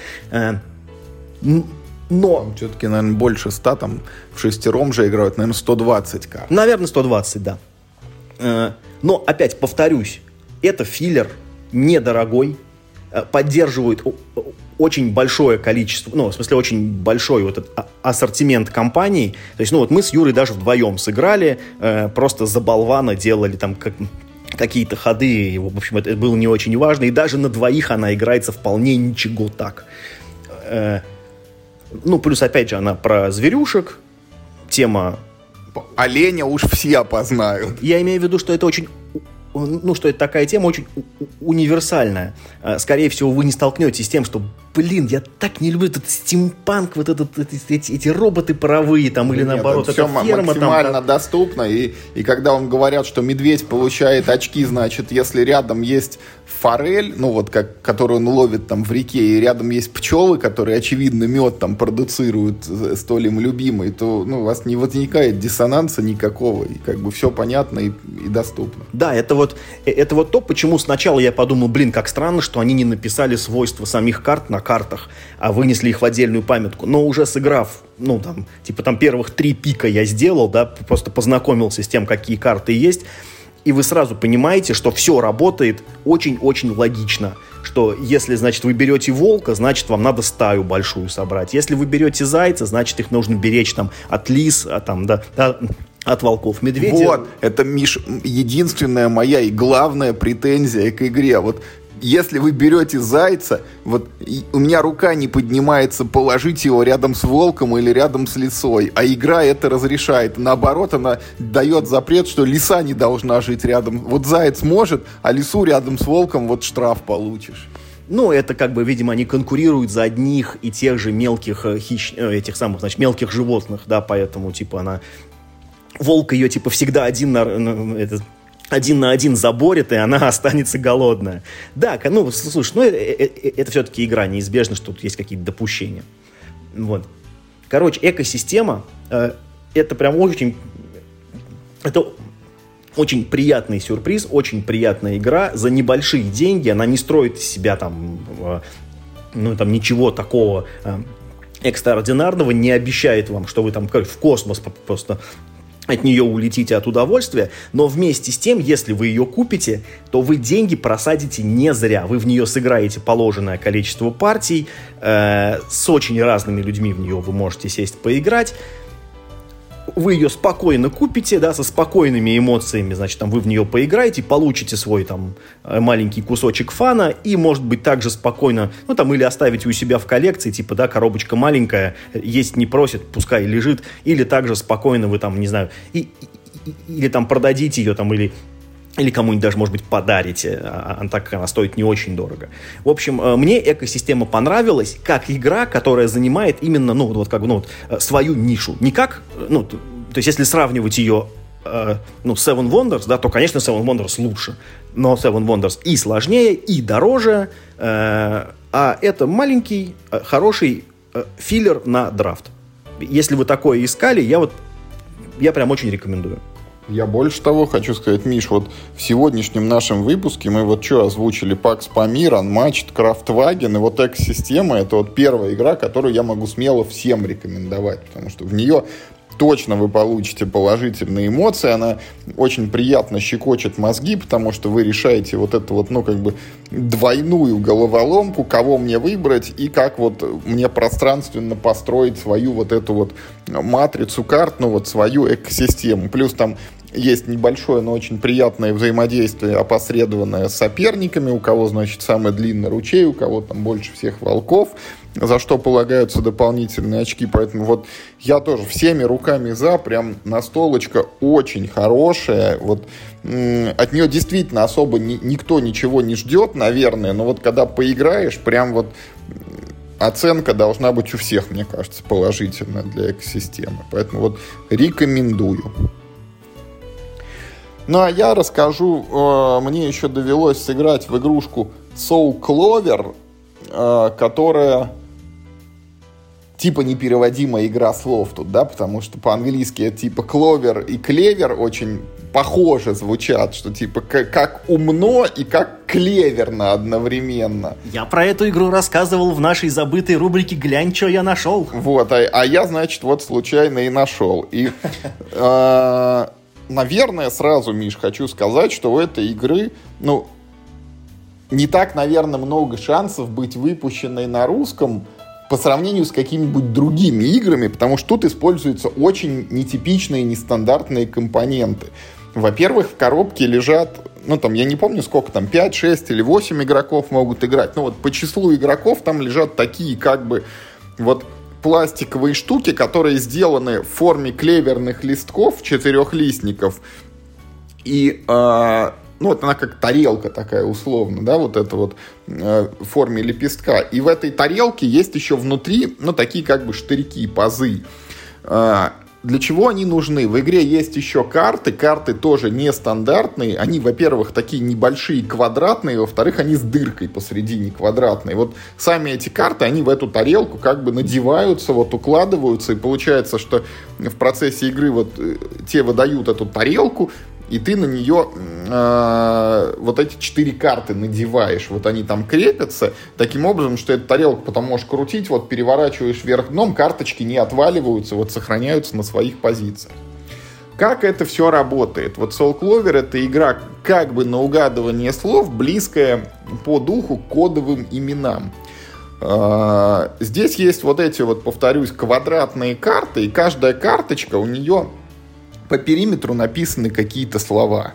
Но... Все-таки, наверное, больше ста, там в шестером же играют, наверное, сто двадцать карт. Наверное, сто двадцать, да. Но, опять повторюсь, это филлер недорогой, поддерживает очень большое количество, ну, в смысле, очень большой вот этот ассортимент компаний. То есть, ну, вот мы с Юрой даже вдвоем сыграли, просто за болвана делали там как... какие-то ходы, в общем, это было не очень важно, и даже на двоих она играется вполне ничего так. Ну, плюс, опять же, она про зверюшек, тема... Оленя уж все опознают. Я имею в виду, что это очень... Ну, что это такая тема очень универсальная. Скорее всего, вы не столкнетесь с тем, что, блин, я так не люблю этот стимпанк, вот этот, эти, эти роботы паровые, там, или Нет, наоборот, это эта все ферма. максимально там, доступно, и, и когда вам говорят, что медведь получает очки, значит, если рядом есть форель, ну, вот, как, которую он ловит там в реке, и рядом есть пчелы, которые, очевидно, мед там продуцируют столь им любимый, то, ну, у вас не возникает диссонанса никакого, и как бы все понятно и, и доступно. Да, это вот, это вот то, почему сначала я подумал, блин, как странно, что они не написали свойства самих карт на картах, а вынесли их в отдельную памятку. Но уже сыграв, ну, там, типа, там первых три пика я сделал, да, просто познакомился с тем, какие карты есть, и вы сразу понимаете, что все работает очень-очень логично. Что если, значит, вы берете волка, значит, вам надо стаю большую собрать. Если вы берете зайца, значит, их нужно беречь там от лис, а, там, да, да, от волков, медведей. Вот, это, Миш, единственная моя и главная претензия к игре. Вот если вы берете зайца, вот у меня рука не поднимается положить его рядом с волком или рядом с лисой, а игра это разрешает. Наоборот, она дает запрет, что лиса не должна жить рядом. Вот заяц может, а лису рядом с волком вот штраф получишь. Ну, это как бы, видимо, они конкурируют за одних и тех же мелких хищ... этих самых, значит, мелких животных, да, поэтому, типа, она... Волк ее, типа, всегда один на... Это... один на один заборет, и она останется голодная. Да, ну, слушай, ну, это, это, это все-таки игра, неизбежно, что тут есть какие-то допущения. Вот. Короче, экосистема, э, это прям очень... Это очень приятный сюрприз, очень приятная игра. За небольшие деньги она не строит из себя там, э, ну, там ничего такого э, экстраординарного, не обещает вам, что вы там в космос просто... от нее улетите от удовольствия, но вместе с тем, если вы ее купите, то вы деньги просадите не зря. Вы в нее сыграете положенное количество партий, э, с очень разными людьми в нее вы можете сесть поиграть. Вы ее спокойно купите, да, со спокойными эмоциями, значит, там вы в нее поиграете, получите свой там маленький кусочек фана и, может быть, также спокойно, ну, там, или оставите у себя в коллекции, типа, да, коробочка маленькая, есть не просит, пускай лежит, или также спокойно вы там, не знаю, и, и, или там продадите ее, там, или... Или кому-нибудь даже, может быть, подарите, а, а, так как она стоит не очень дорого. В общем, мне экосистема понравилась как игра, которая занимает именно, ну, вот как бы, ну, вот, свою нишу. Не как, ну, то, то есть, если сравнивать ее, э, ну, с Seven Wonders, да, то, конечно, Seven Wonders лучше. Но Seven Wonders и сложнее, и дороже, э, а это маленький, э, хороший э, филлер на драфт. Если вы такое искали, я вот, я прям очень рекомендую. Я больше того хочу сказать, Миш, вот в сегодняшнем нашем выпуске мы вот что озвучили: Pax Pamir, Unmatched, Craftwagen, и вот экосистема — это вот первая игра, которую я могу смело всем рекомендовать, потому что в нее точно вы получите положительные эмоции, она очень приятно щекочет мозги, потому что вы решаете вот эту вот, ну, как бы двойную головоломку, кого мне выбрать и как вот мне пространственно построить свою вот эту вот матрицу карт, ну, вот свою экосистему. Плюс там есть небольшое, но очень приятное взаимодействие, опосредованное с соперниками, у кого, значит, самый длинный ручей, у кого там больше всех волков, за что полагаются дополнительные очки. Поэтому вот я тоже всеми руками за, прям настолочка очень хорошая. Вот м- от нее действительно особо ни- никто ничего не ждет, наверное, но вот когда поиграешь, прям вот оценка должна быть у всех, мне кажется, положительная для экосистемы. Поэтому вот рекомендую. Ну, а я расскажу, э, мне еще довелось сыграть в игрушку Soul Clover, э, которая типа непереводимая игра слов тут, да, потому что по-английски типа кловер и клевер очень похоже звучат, что типа как, как умно и как клеверно одновременно. Я про эту игру рассказывал в нашей забытой рубрике «Глянь, что я нашел». Вот, а, а я, значит, вот случайно и нашел. И... Э, наверное, сразу, Миш, хочу сказать, что у этой игры, ну, не так, наверное, много шансов быть выпущенной на русском по сравнению с какими-нибудь другими играми, потому что тут используются очень нетипичные, нестандартные компоненты. Во-первых, в коробке лежат, ну, там, я не помню, сколько там, пять, шесть или восемь игроков могут играть. Ну, вот по числу игроков там лежат такие, как бы, вот, пластиковые штуки, которые сделаны в форме клеверных листков, четырехлистников. И, э, ну, вот она как тарелка такая условно, да, вот это вот э, в форме лепестка. И в этой тарелке есть еще внутри, ну, такие как бы штырьки, пазы. Э, Для чего они нужны? В игре есть еще карты. Карты тоже нестандартные. Они, во-первых, такие небольшие, квадратные. Во-вторых, они с дыркой посередине квадратные. Вот сами эти карты, они в эту тарелку как бы надеваются, вот укладываются. И получается, что в процессе игры вот те выдают эту тарелку, и ты на нее э, вот эти четыре карты надеваешь. Вот они там крепятся таким образом, что эту тарелку потом можешь крутить, вот переворачиваешь вверх дном, карточки не отваливаются, вот сохраняются на своих позициях. Как это все работает? Вот Soul Clover — это игра как бы на угадывание слов, близкая по духу к кодовым именам. Э, здесь есть вот эти вот, повторюсь, квадратные карты, и каждая карточка, у нее по периметру написаны какие-то слова.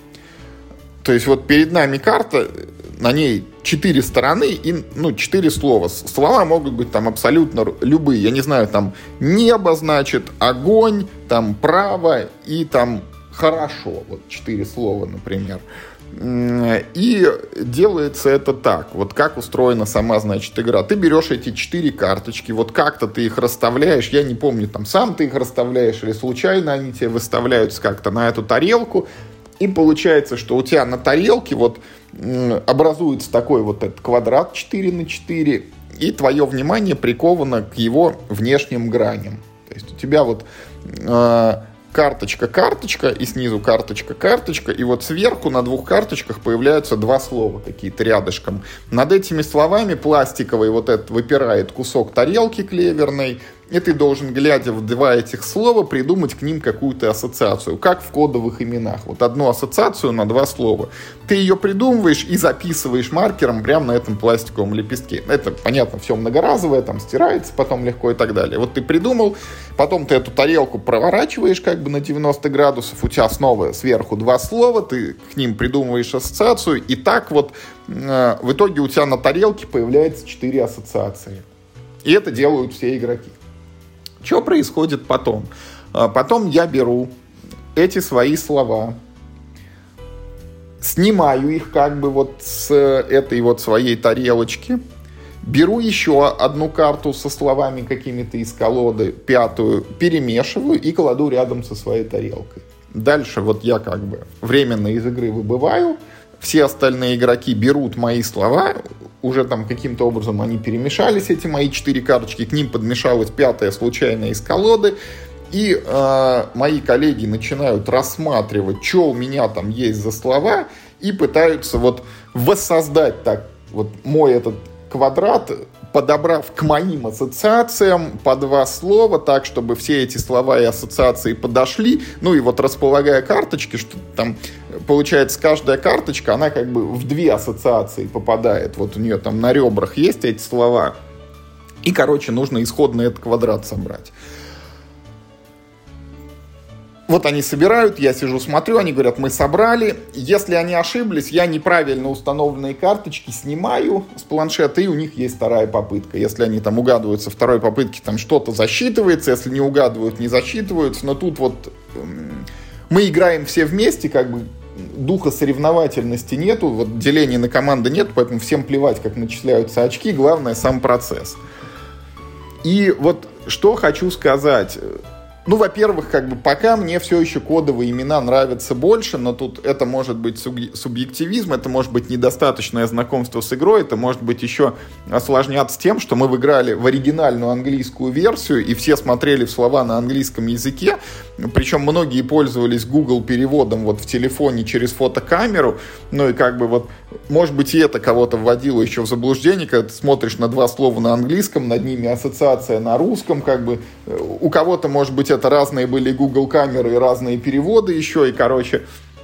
То есть вот перед нами карта, на ней четыре стороны и, ну, четыре слова. Слова могут быть там абсолютно любые. Я не знаю, там небо, значит, огонь, там право и там хорошо. Вот четыре слова, например. И делается это так. Вот как устроена сама, значит, игра. Ты берешь эти четыре карточки, вот как-то ты их расставляешь. Я не помню, там сам ты их расставляешь или случайно они тебе выставляются как-то на эту тарелку. И получается, что у тебя на тарелке вот образуется такой вот этот квадрат четыре на четыре. И твое внимание приковано к его внешним граням. То есть у тебя вот карточка-карточка, и снизу карточка-карточка, и вот сверху на двух карточках появляются два слова какие-то рядышком. Над этими словами пластиковый вот этот выпирает кусок тарелки клеверной, и ты должен, глядя в два этих слова, придумать к ним какую-то ассоциацию, как в кодовых именах. Вот одну ассоциацию на два слова. Ты ее придумываешь и записываешь маркером прямо на этом пластиковом лепестке. Это, понятно, все многоразовое, там стирается потом легко и так далее. Вот ты придумал, потом ты эту тарелку проворачиваешь как бы на девяносто градусов, у тебя снова сверху два слова, ты к ним придумываешь ассоциацию, и так вот э, в итоге у тебя на тарелке появляется четыре ассоциации. И это делают все игроки. Что происходит потом? Потом я беру эти свои слова, снимаю их как бы вот с этой вот своей тарелочки, беру еще одну карту со словами какими-то из колоды, пятую, перемешиваю и кладу рядом со своей тарелкой. Дальше вот я как бы временно из игры выбываю, все остальные игроки берут мои слова, уже там каким-то образом они перемешались, эти мои четыре карточки, к ним подмешалась пятая случайно из колоды, и э, мои коллеги начинают рассматривать, что у меня там есть за слова, и пытаются вот воссоздать так вот мой этот квадрат, подобрав к моим ассоциациям по два слова, так, чтобы все эти слова и ассоциации подошли. Ну и вот располагая карточки, что там получается каждая карточка, она как бы в две ассоциации попадает. Вот у нее там на ребрах есть эти слова. И, короче, нужно исходно этот квадрат собрать. Вот они собирают, я сижу, смотрю, они говорят, мы собрали. Если они ошиблись, я неправильно установленные карточки снимаю с планшета, и у них есть вторая попытка. Если они там угадывают со второй попытки, там что-то засчитывается, если не угадывают, не засчитываются. Но тут вот эм, мы играем все вместе, как бы духа соревновательности нету, вот деления на команды нет, поэтому всем плевать, как начисляются очки, главное сам процесс. И вот что хочу сказать. Ну, во-первых, как бы пока мне все еще кодовые имена нравятся больше, но тут это может быть субъективизм, это может быть недостаточное знакомство с игрой, это может быть еще осложняться тем, что мы играли в оригинальную английскую версию, и все смотрели в слова на английском языке, причем многие пользовались Google переводом вот в телефоне через фотокамеру, ну и как бы вот, может быть, и это кого-то вводило еще в заблуждение, когда ты смотришь на два слова на английском, над ними ассоциация на русском, как бы у кого-то, может быть, это разные были Google камеры и разные переводы еще, и, короче,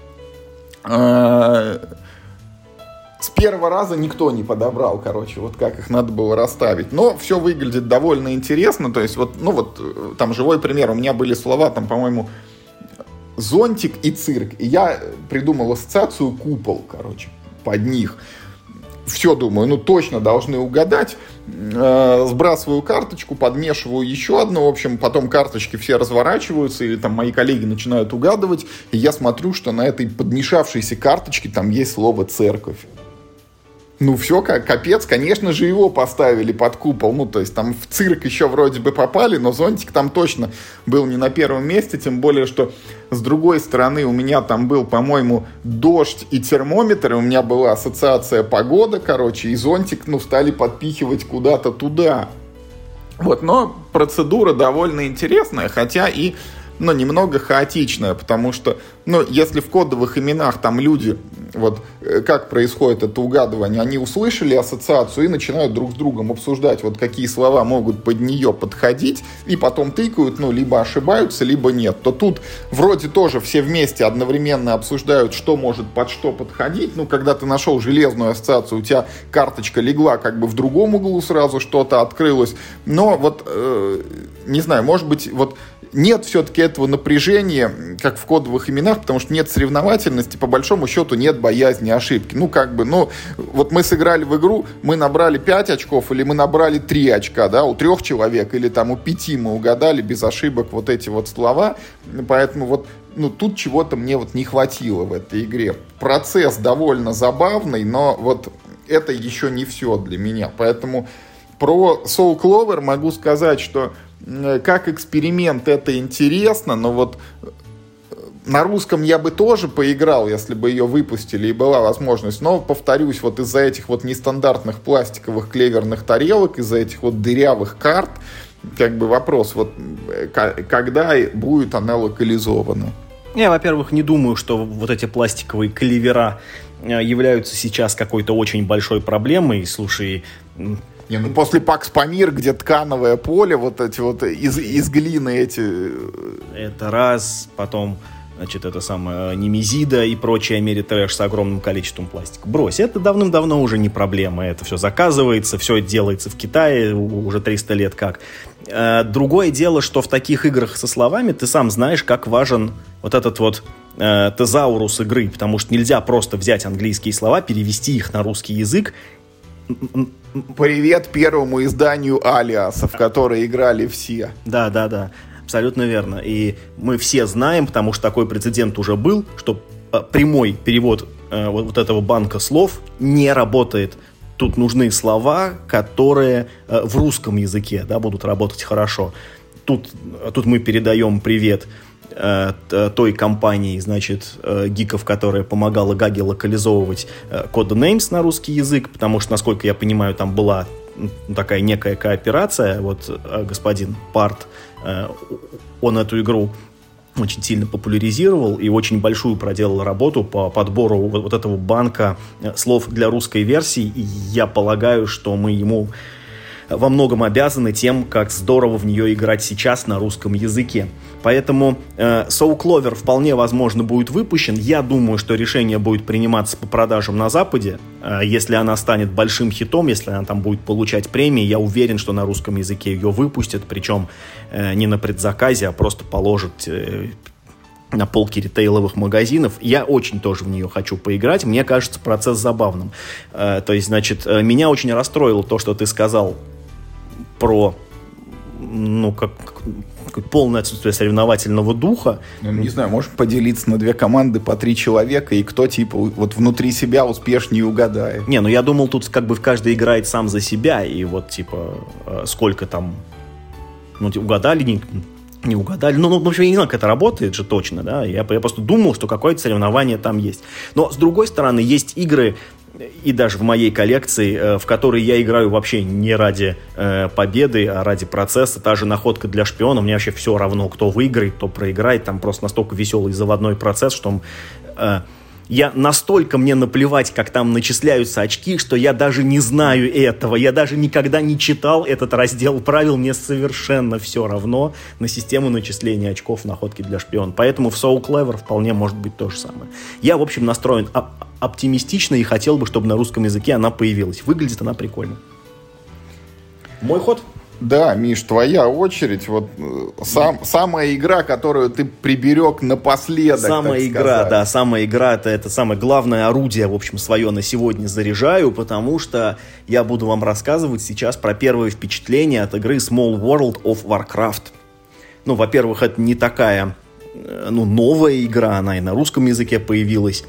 с первого раза никто не подобрал, короче, вот как их надо было расставить. Но все выглядит довольно интересно, то есть, вот, ну вот, там живой пример, у меня были слова, там, по-моему, зонтик и цирк, и я придумал ассоциацию купол, короче, под них. Все, думаю, ну точно должны угадать. э, сбрасываю карточку, подмешиваю еще одну, в общем, потом карточки все разворачиваются, или там мои коллеги начинают угадывать, и я смотрю, что на этой подмешавшейся карточке там есть слово «церковь». Ну, все, как капец, конечно же, его поставили под купол. Ну, то есть, там в цирк еще вроде бы попали, но зонтик там точно был не на первом месте. Тем более, что с другой стороны у меня там был, по-моему, дождь и термометр. И у меня была ассоциация погода, короче, и зонтик, ну, стали подпихивать куда-то туда. Вот, но процедура довольно интересная, хотя и, ну, немного хаотичная, потому что, ну, если в кодовых именах там люди, вот, как происходит это угадывание, они услышали ассоциацию и начинают друг с другом обсуждать, вот, какие слова могут под нее подходить, и потом тыкают, ну, либо ошибаются, либо нет, то тут вроде тоже все вместе одновременно обсуждают, что может под что подходить, ну, когда ты нашел железную ассоциацию, у тебя карточка легла как бы в другом углу сразу, что-то открылось, но вот, э, не знаю, может быть, вот, нет все-таки этого напряжения, как в кодовых именах, потому что нет соревновательности, по большому счету нет боязни ошибки. Ну, как бы, ну, вот мы сыграли в игру, мы набрали пять очков или мы набрали три очка, да, у трех человек или там у пяти мы угадали без ошибок вот эти вот слова, поэтому вот, ну, тут чего-то мне вот не хватило в этой игре. Процесс довольно забавный, но вот это еще не все для меня, поэтому про Soul Clover могу сказать, что как эксперимент это интересно, но вот на русском я бы тоже поиграл, если бы ее выпустили и была возможность. Но, повторюсь, вот из-за этих вот нестандартных пластиковых клеверных тарелок, из-за этих вот дырявых карт, как бы вопрос, вот когда будет она локализована? Я, во-первых, не думаю, что вот эти пластиковые клевера являются сейчас какой-то очень большой проблемой. Слушай... Не, ну после Пакс Памир, где ткановое поле, вот эти вот из, из глины эти... Это раз, потом, значит, это самое, Немезида и прочее Америтрэш с огромным количеством пластика. Брось, это давным-давно уже не проблема, это все заказывается, все делается в Китае уже триста лет как. Другое дело, что в таких играх со словами ты сам знаешь, как важен вот этот вот э, тезаурус игры, потому что нельзя просто взять английские слова, перевести их на русский язык. Привет первому изданию Алиаса, в которое играли все. Да, да, да, абсолютно верно. И мы все знаем, потому что такой прецедент уже был, что э, прямой перевод э, вот, вот этого банка слов не работает. Тут нужны слова, которые э, в русском языке, да, будут работать хорошо. Тут, тут мы передаем привет э, той компании, значит, э, гиков, которая помогала Гаге локализовывать э, Codenames на русский язык, потому что, насколько я понимаю, там была ну, такая некая кооперация. Вот э, господин Парт, э, он эту игру очень сильно популяризировал и очень большую проделал работу по подбору вот, вот этого банка слов для русской версии. И я полагаю, что мы ему во многом обязаны тем, как здорово в нее играть сейчас на русском языке. Поэтому э, Soul Clover вполне возможно будет выпущен. Я думаю, что решение будет приниматься по продажам на Западе. Э, если она станет большим хитом, если она там будет получать премии, я уверен, что на русском языке ее выпустят. Причем э, не на предзаказе, а просто положат э, на полки ритейловых магазинов. Я очень тоже в нее хочу поиграть. Мне кажется, процесс забавным. Э, то есть, значит, э, меня очень расстроило то, что ты сказал про, ну, как, как полное отсутствие соревновательного духа. Ну, не знаю, можешь поделиться на две команды по три человека, и кто, типа, вот внутри себя успешнее угадает. Не, ну я думал, тут как бы каждый играет сам за себя, и вот, типа, сколько там, ну, угадали, не, не угадали. Ну, ну, в общем, я не знаю, как это работает же точно, да. Я, я просто думал, что какое-то соревнование там есть. Но, с другой стороны, есть игры, и даже в моей коллекции, в которой я играю вообще не ради э, победы, а ради процесса. Та же находка для шпиона. Мне вообще все равно, кто выиграет, кто проиграет. Там просто настолько веселый заводной процесс, что э, я настолько мне наплевать, как там начисляются очки, что я даже не знаю этого. Я даже никогда не читал этот раздел правил. Мне совершенно все равно на систему начисления очков в находке для шпиона. Поэтому в Soul Clover вполне может быть то же самое. Я, в общем, настроен оптимистично и хотел бы, чтобы на русском языке она появилась. Выглядит она прикольно. Мой ход? Да, Миш, твоя очередь. Вот сам, самая игра, которую ты приберег напоследок. Самая игра, да, самая игра, это, это самое главное орудие, в общем, свое на сегодня заряжаю, потому что я буду вам рассказывать сейчас про первые впечатления от игры Small World of Warcraft. Ну, во-первых, это не такая, ну, новая игра, она и на русском языке появилась,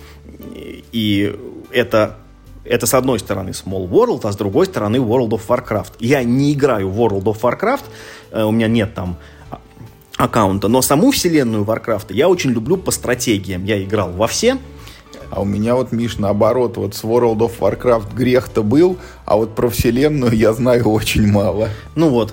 и это... Это, с одной стороны, Small World, а с другой стороны World of Warcraft. Я не играю в World of Warcraft, у меня нет там аккаунта, но саму вселенную Warcraft я очень люблю по стратегиям. Я играл во все. А у меня вот, Миш, наоборот, вот с World of Warcraft грех-то был, а вот про вселенную я знаю очень мало. Ну вот,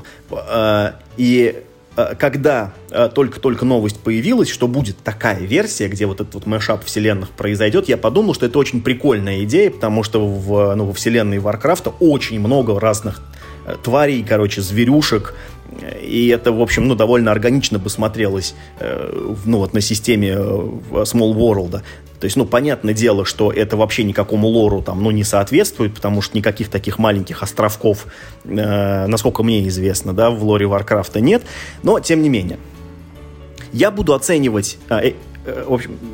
и... Когда э, только-только новость появилась, что будет такая версия, где вот этот вот мэшап вселенных произойдет, я подумал, что это очень прикольная идея, потому что в, ну, во вселенной Варкрафта очень много разных э, тварей, короче, зверюшек, и это, в общем, ну, довольно органично бы смотрелось э, ну, вот, на системе э, Small World. То есть, ну, понятное дело, что это вообще никакому лору там, ну, не соответствует, потому что никаких таких маленьких островков, э, насколько мне известно, да, в лоре Варкрафта нет. Но, тем не менее, я буду оценивать, э, э, в общем,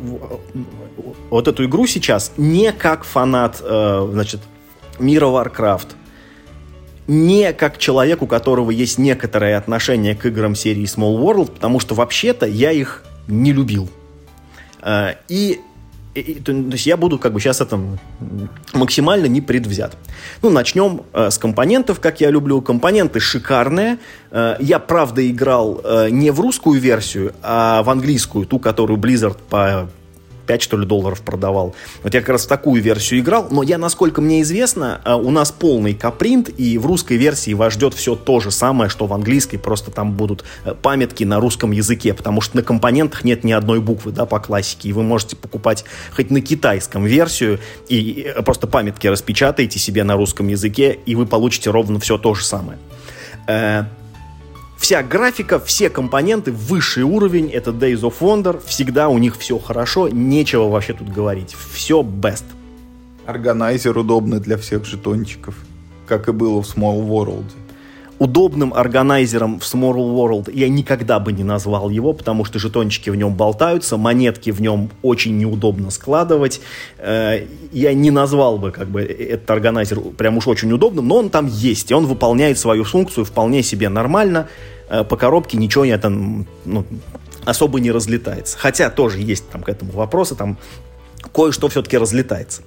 вот эту игру сейчас не как фанат, э, значит, мира Warcraft, не как человек, у которого есть некоторое отношение к играм серии Small World, потому что вообще-то я их не любил. И, и то есть я буду как бы сейчас это максимально непредвзят. Ну, начнем э, с компонентов, как я люблю. Компоненты шикарные. Э, я, правда, играл э, не в русскую версию, а в английскую, ту, которую Blizzard по пять, что ли, долларов продавал. Вот я как раз в такую версию играл, но я, насколько мне известно, у нас полный капринт, и в русской версии вас ждет все то же самое, что в английской, просто там будут памятки на русском языке, потому что на компонентах нет ни одной буквы, да, по классике, и вы можете покупать хоть на китайском версию, и просто памятки распечатаете себе на русском языке, и вы получите ровно все то же самое. Вся графика, все компоненты, высший уровень, это Days of Wonder, всегда у них все хорошо, нечего вообще тут говорить, все best. Органайзер удобный для всех жетончиков, как и было в Small World. Удобным органайзером в Small World я никогда бы не назвал его, потому что жетончики в нем болтаются, монетки в нем очень неудобно складывать. Я не назвал бы как бы этот органайзер прям уж очень удобным, но он там есть, и он выполняет свою функцию вполне себе нормально. По коробке ничего не, там, ну, особо не разлетается. Хотя тоже есть там к этому вопросы, там кое-что все-таки разлетается.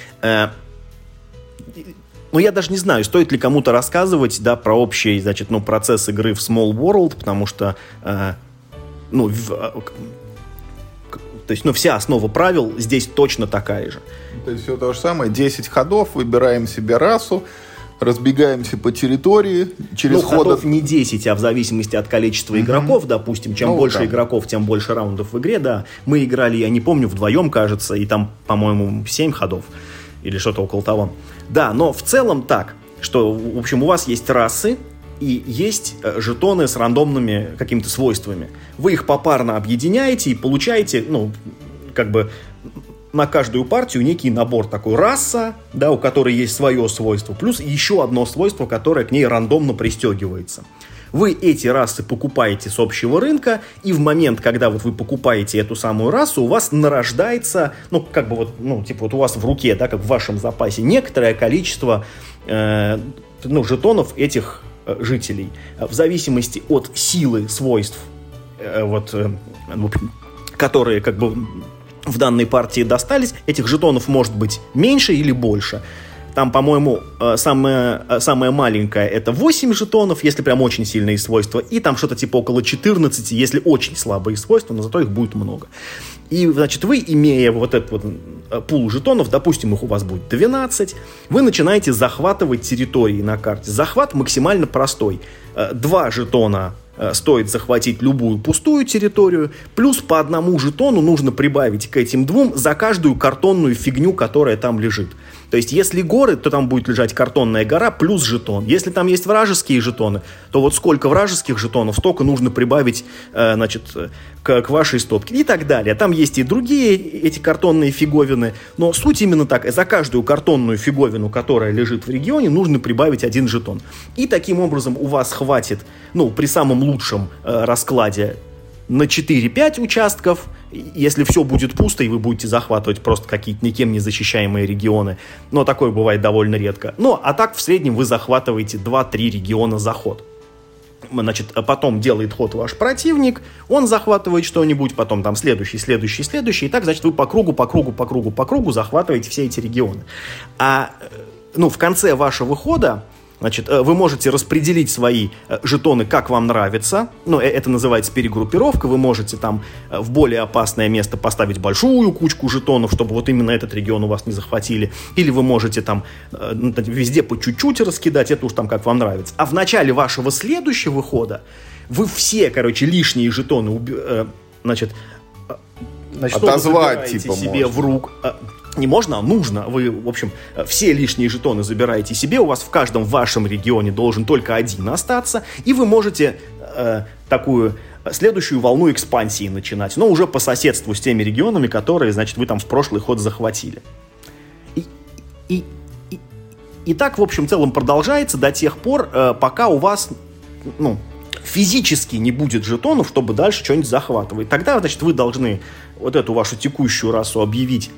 Ну, я даже не знаю, стоит ли кому-то рассказывать, да, про общий, значит, ну, процесс игры в Small World, потому что, э, ну, в, э, то есть, ну, вся основа правил здесь точно такая же. То есть, все то же самое, десять ходов, выбираем себе расу, разбегаемся по территории, через ну, ходов... ходов не десять, а в зависимости от количества mm-hmm. игроков, допустим, чем ну, больше да. игроков, тем больше раундов в игре, да. Мы играли, я не помню, вдвоем, кажется, и там, по-моему, семь ходов или что-то около того. Да, но в целом так, что, в общем, у вас есть расы и есть жетоны с рандомными какими-то свойствами. Вы их попарно объединяете и получаете, ну, как бы на каждую партию некий набор такой раса, да, у которой есть свое свойство, плюс еще одно свойство, которое к ней рандомно пристегивается. Вы эти расы покупаете с общего рынка, и в момент, когда вот вы покупаете эту самую расу, у вас нарождается, ну, как бы вот, ну, типа вот у вас в руке, да, как в вашем запасе, некоторое количество, э, ну, жетонов этих э, жителей. В зависимости от силы свойств, э, вот, э, которые, как бы, в данной партии достались, этих жетонов может быть меньше или больше. Там, по-моему, самое, самое маленькое это восемь жетонов, если прям очень сильные свойства, и там что-то типа около четырнадцати, если очень слабые свойства, но зато их будет много. И, значит, вы, имея вот этот вот пул жетонов, допустим, их у вас будет двенадцать, вы начинаете захватывать территории на карте. Захват максимально простой. Два жетона стоит захватить любую пустую территорию, плюс по одному жетону нужно прибавить к этим двум за каждую картонную фигню, которая там лежит. То есть, если горы, то там будет лежать картонная гора плюс жетон. Если там есть вражеские жетоны, то вот сколько вражеских жетонов, столько нужно прибавить, э, значит, к, к вашей стопке и так далее. Там есть и другие эти картонные фиговины, но суть именно так. За каждую картонную фиговину, которая лежит в регионе, нужно прибавить один жетон. И таким образом у вас хватит, ну, при самом лучшем э, раскладе на четыре-пять участков. Если все будет пусто, и вы будете захватывать просто какие-то никем не защищаемые регионы. Но такое бывает довольно редко. Ну, а так в среднем вы захватываете два-три региона за ход. Значит, потом делает ход ваш противник, он захватывает что-нибудь, потом там следующий, следующий, следующий. И так, значит, вы по кругу, по кругу, по кругу, по кругу захватываете все эти регионы. А, ну, в конце вашего хода, значит, вы можете распределить свои жетоны, как вам нравится. Ну, это называется перегруппировка. Вы можете там в более опасное место поставить большую кучку жетонов, чтобы вот именно этот регион у вас не захватили. Или вы можете там везде по чуть-чуть раскидать. Это уж там как вам нравится. А в начале вашего следующего хода вы все, короче, лишние жетоны уби- значит, значит, отозвать, типа, себе можно. в руку. Не можно, а нужно. Вы, в общем, все лишние жетоны забираете себе. У вас в каждом вашем регионе должен только один остаться. И вы можете э, такую следующую волну экспансии начинать. Но уже по соседству с теми регионами, которые, значит, вы там в прошлый ход захватили. И, и, и, и так, в общем, целом продолжается до тех пор, э, пока у вас, ну, физически не будет жетонов, чтобы дальше что-нибудь захватывать. Тогда, значит, вы должны вот эту вашу текущую расу объявить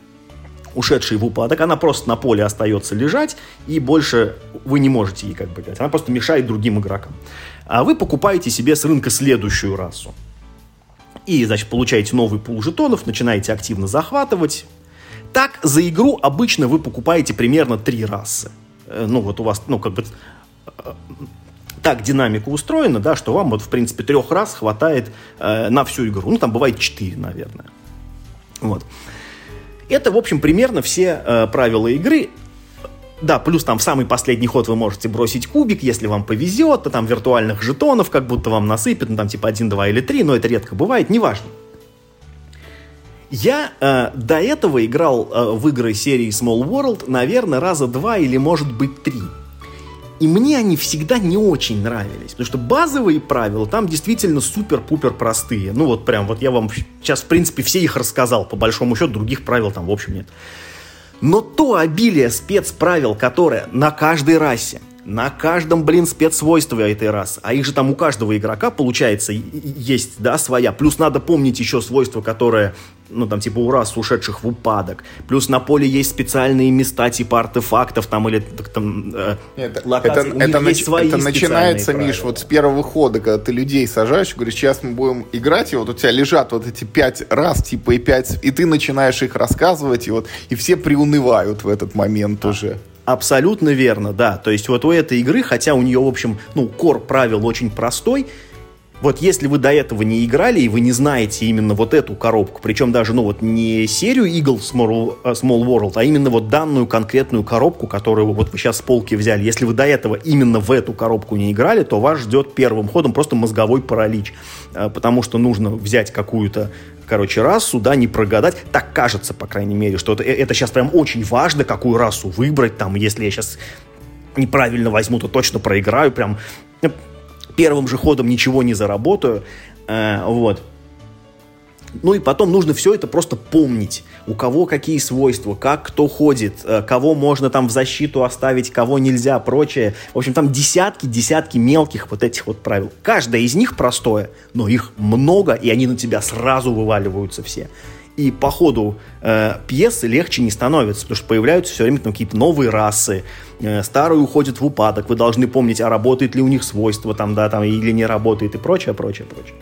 ушедшей в упадок, она просто на поле остается лежать, и больше вы не можете ей как бы играть. Она просто мешает другим игрокам. А вы покупаете себе с рынка следующую расу. И, значит, получаете новый пул жетонов, начинаете активно захватывать. Так, за игру обычно вы покупаете примерно три расы. Ну, вот у вас, ну, как бы... Так динамика устроена, да, что вам вот, в принципе, трех раз хватает э, на всю игру. Ну, там бывает четыре, наверное. Вот. Это, в общем, примерно все э, правила игры. Да, плюс там в самый последний ход вы можете бросить кубик, если вам повезет, то там виртуальных жетонов как будто вам насыпят, ну там типа один, два или три, но это редко бывает, неважно. Я э, до этого играл э, в игры серии Small World, наверное, раза два или, может быть, три. И мне они всегда не очень нравились, потому что базовые правила там действительно супер-пупер простые. Ну вот прям, вот я вам сейчас, в принципе, все их рассказал, по большому счету, других правил там в общем нет. Но то обилие спецправил, которое на каждой расе, на каждом, блин, спецсвойстве этой расы, а их же там у каждого игрока, получается, есть, да, своя. Плюс надо помнить еще свойства, которые, ну, там, типа у рас, ушедших в упадок. Плюс на поле есть специальные места, типа артефактов, там, или там, э, это, локации. Это, это, нач, это начинается, правила. Миш, вот с первого хода, когда ты людей сажаешь, говоришь, сейчас мы будем играть, и вот у тебя лежат вот эти пять раз, типа, и пять, и ты начинаешь их рассказывать, и вот, и все приунывают в этот момент а. уже. Абсолютно верно, да. То есть вот у этой игры, хотя у нее, в общем, ну, кор правил очень простой, вот если вы до этого не играли, и вы не знаете именно вот эту коробку, причем даже, ну, вот не серию Eagle Small, Small World, а именно вот данную конкретную коробку, которую вот вы сейчас с полки взяли, если вы до этого именно в эту коробку не играли, то вас ждет первым ходом просто мозговой паралич, потому что нужно взять какую-то, короче, расу, да, не прогадать. Так кажется, по крайней мере, что это, это сейчас прям очень важно, какую расу выбрать. Там, если я сейчас неправильно возьму, то точно проиграю. Прям первым же ходом ничего не заработаю. Э, вот. Ну и потом нужно все это просто помнить. У кого какие свойства, как кто ходит, э, кого можно там в защиту оставить, кого нельзя, прочее. В общем, там десятки, десятки мелких вот этих вот правил. Каждое из них простое, но их много, и они на тебя сразу вываливаются все. И по ходу э, пьесы легче не становится, потому что появляются все время там какие-то новые расы, э, старые уходят в упадок, вы должны помнить, а работает ли у них свойство там, да, там, или не работает, и прочее, прочее, прочее.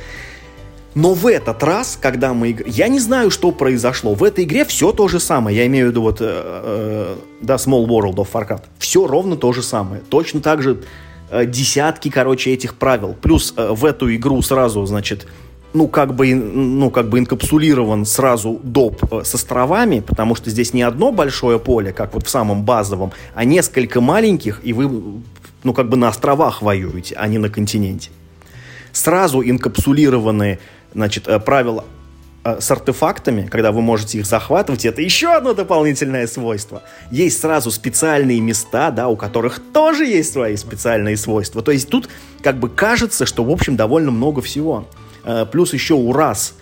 Но в этот раз, когда мы играем... Я не знаю, что произошло. В этой игре все то же самое. Я имею в виду вот... Э, э, да, Small World of Warcraft. Все ровно то же самое. Точно так же э, десятки, короче, этих правил. Плюс э, в эту игру сразу, значит... Ну как, бы, ну, как бы инкапсулирован сразу доп с островами, потому что здесь не одно большое поле, как вот в самом базовом, а несколько маленьких, и вы, ну, как бы на островах воюете, а не на континенте. Сразу инкапсулированы, значит, правила с артефактами, когда вы можете их захватывать, это еще одно дополнительное свойство. Есть сразу специальные места, да, у которых тоже есть свои специальные свойства. То есть тут как бы кажется, что, в общем, довольно много всего. Плюс еще у рас,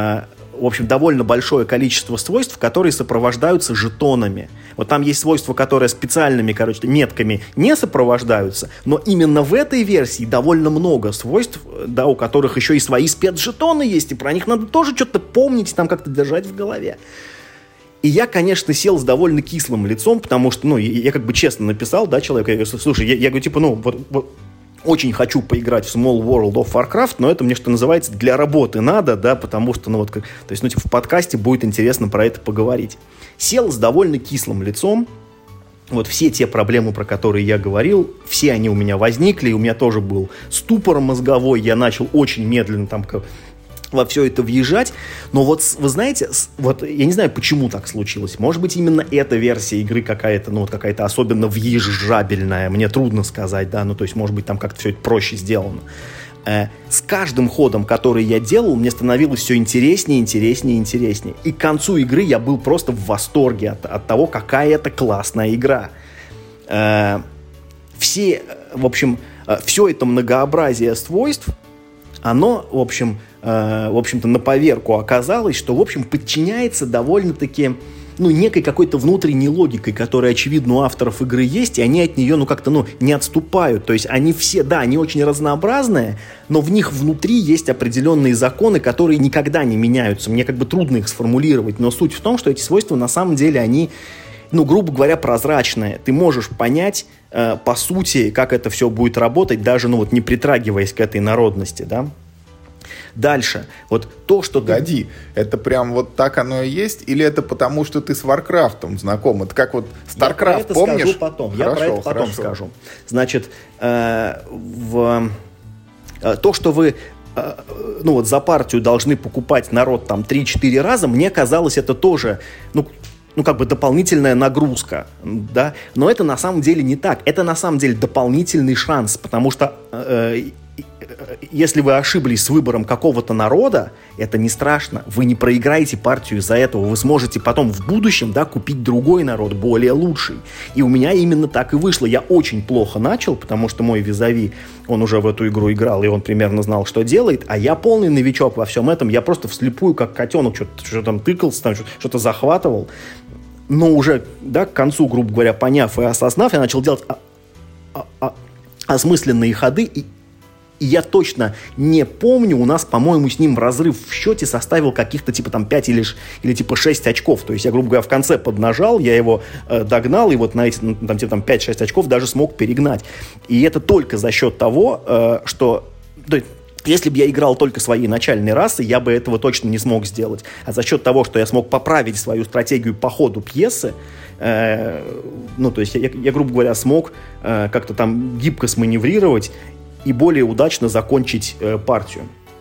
в общем, довольно большое количество свойств, которые сопровождаются жетонами. Вот там есть свойства, которые специальными, короче, метками не сопровождаются, но именно в этой версии довольно много свойств, да, у которых еще и свои спецжетоны есть, и про них надо тоже что-то помнить, там как-то держать в голове. И я, конечно, сел с довольно кислым лицом, потому что, ну, я, я как бы честно написал, да, человеку, я говорю, слушай, я, я говорю, типа, ну, вот, вот очень хочу поиграть в Small World of Warcraft, но это мне, что называется, для работы надо, да, потому что, ну, вот, то есть, ну, типа, в подкасте будет интересно про это поговорить. Сел с довольно кислым лицом, вот все те проблемы, про которые я говорил, все они у меня возникли, и у меня тоже был ступор мозговой, я начал очень медленно там во все это въезжать, но вот, вы знаете, вот я не знаю, почему так случилось, может быть, именно эта версия игры какая-то, ну, вот какая-то особенно въезжабельная, мне трудно сказать, да, ну, то есть, может быть, там как-то все это проще сделано. Э, с каждым ходом, который я делал, мне становилось все интереснее, интереснее, интереснее, и к концу игры я был просто в восторге от, от того, какая это классная игра. Э, все, в общем, э, все это многообразие свойств, оно, в общем, э, в общем-то, на поверку оказалось, что, в общем, подчиняется довольно-таки, ну, некой какой-то внутренней логикой, которая, очевидно, у авторов игры есть, и они от нее, ну, как-то, ну, не отступают. То есть они все, да, они очень разнообразные, но в них внутри есть определенные законы, которые никогда не меняются. Мне как бы трудно их сформулировать, но суть в том, что эти свойства, на самом деле, они, ну, грубо говоря, прозрачные. Ты можешь понять, э, по сути, как это все будет работать, даже, ну, вот не притрагиваясь к этой народности, да. Дальше. Вот то, что... Погоди, ты... это прям вот так оно и есть? Или это потому, что ты с Варкрафтом знаком? Это как вот StarCraft, помнишь? Я про это скажу потом. Хорошо, Я про это потом хорошо. скажу. Значит, э, в, э, то, что вы э, ну вот за партию должны покупать народ там три-четыре раза, мне казалось, это тоже... ну, ну, как бы дополнительная нагрузка, да, но это на самом деле не так. Это на самом деле дополнительный шанс, потому что э, если вы ошиблись с выбором какого-то народа, это не страшно. Вы не проиграете партию из-за этого. Вы сможете потом в будущем, да, купить другой народ, более лучший. И у меня именно так и вышло. Я очень плохо начал, потому что мой визави, он уже в эту игру играл, и он примерно знал, что делает, а я полный новичок во всем этом. Я просто вслепую, как котенок, что-то, что-то там тыкался, там, что-то захватывал. Но уже, да, к концу, грубо говоря, поняв и осознав, я начал делать а- а- а- осмысленные ходы, и И я точно не помню, у нас, по-моему, с ним разрыв в счете составил каких-то типа там пять или, или типа шесть очков. То есть я, грубо говоря, в конце поднажал, я его э, догнал, и вот на эти там, типа, там пять-шесть очков даже смог перегнать. И это только за счет того, э, что... То есть, если бы я играл только своей начальной расы, я бы этого точно не смог сделать. А за счет того, что я смог поправить свою стратегию по ходу пьесы, э, ну, то есть я, я, грубо говоря, смог э, как-то там гибко сманеврировать и более удачно закончить э, партию.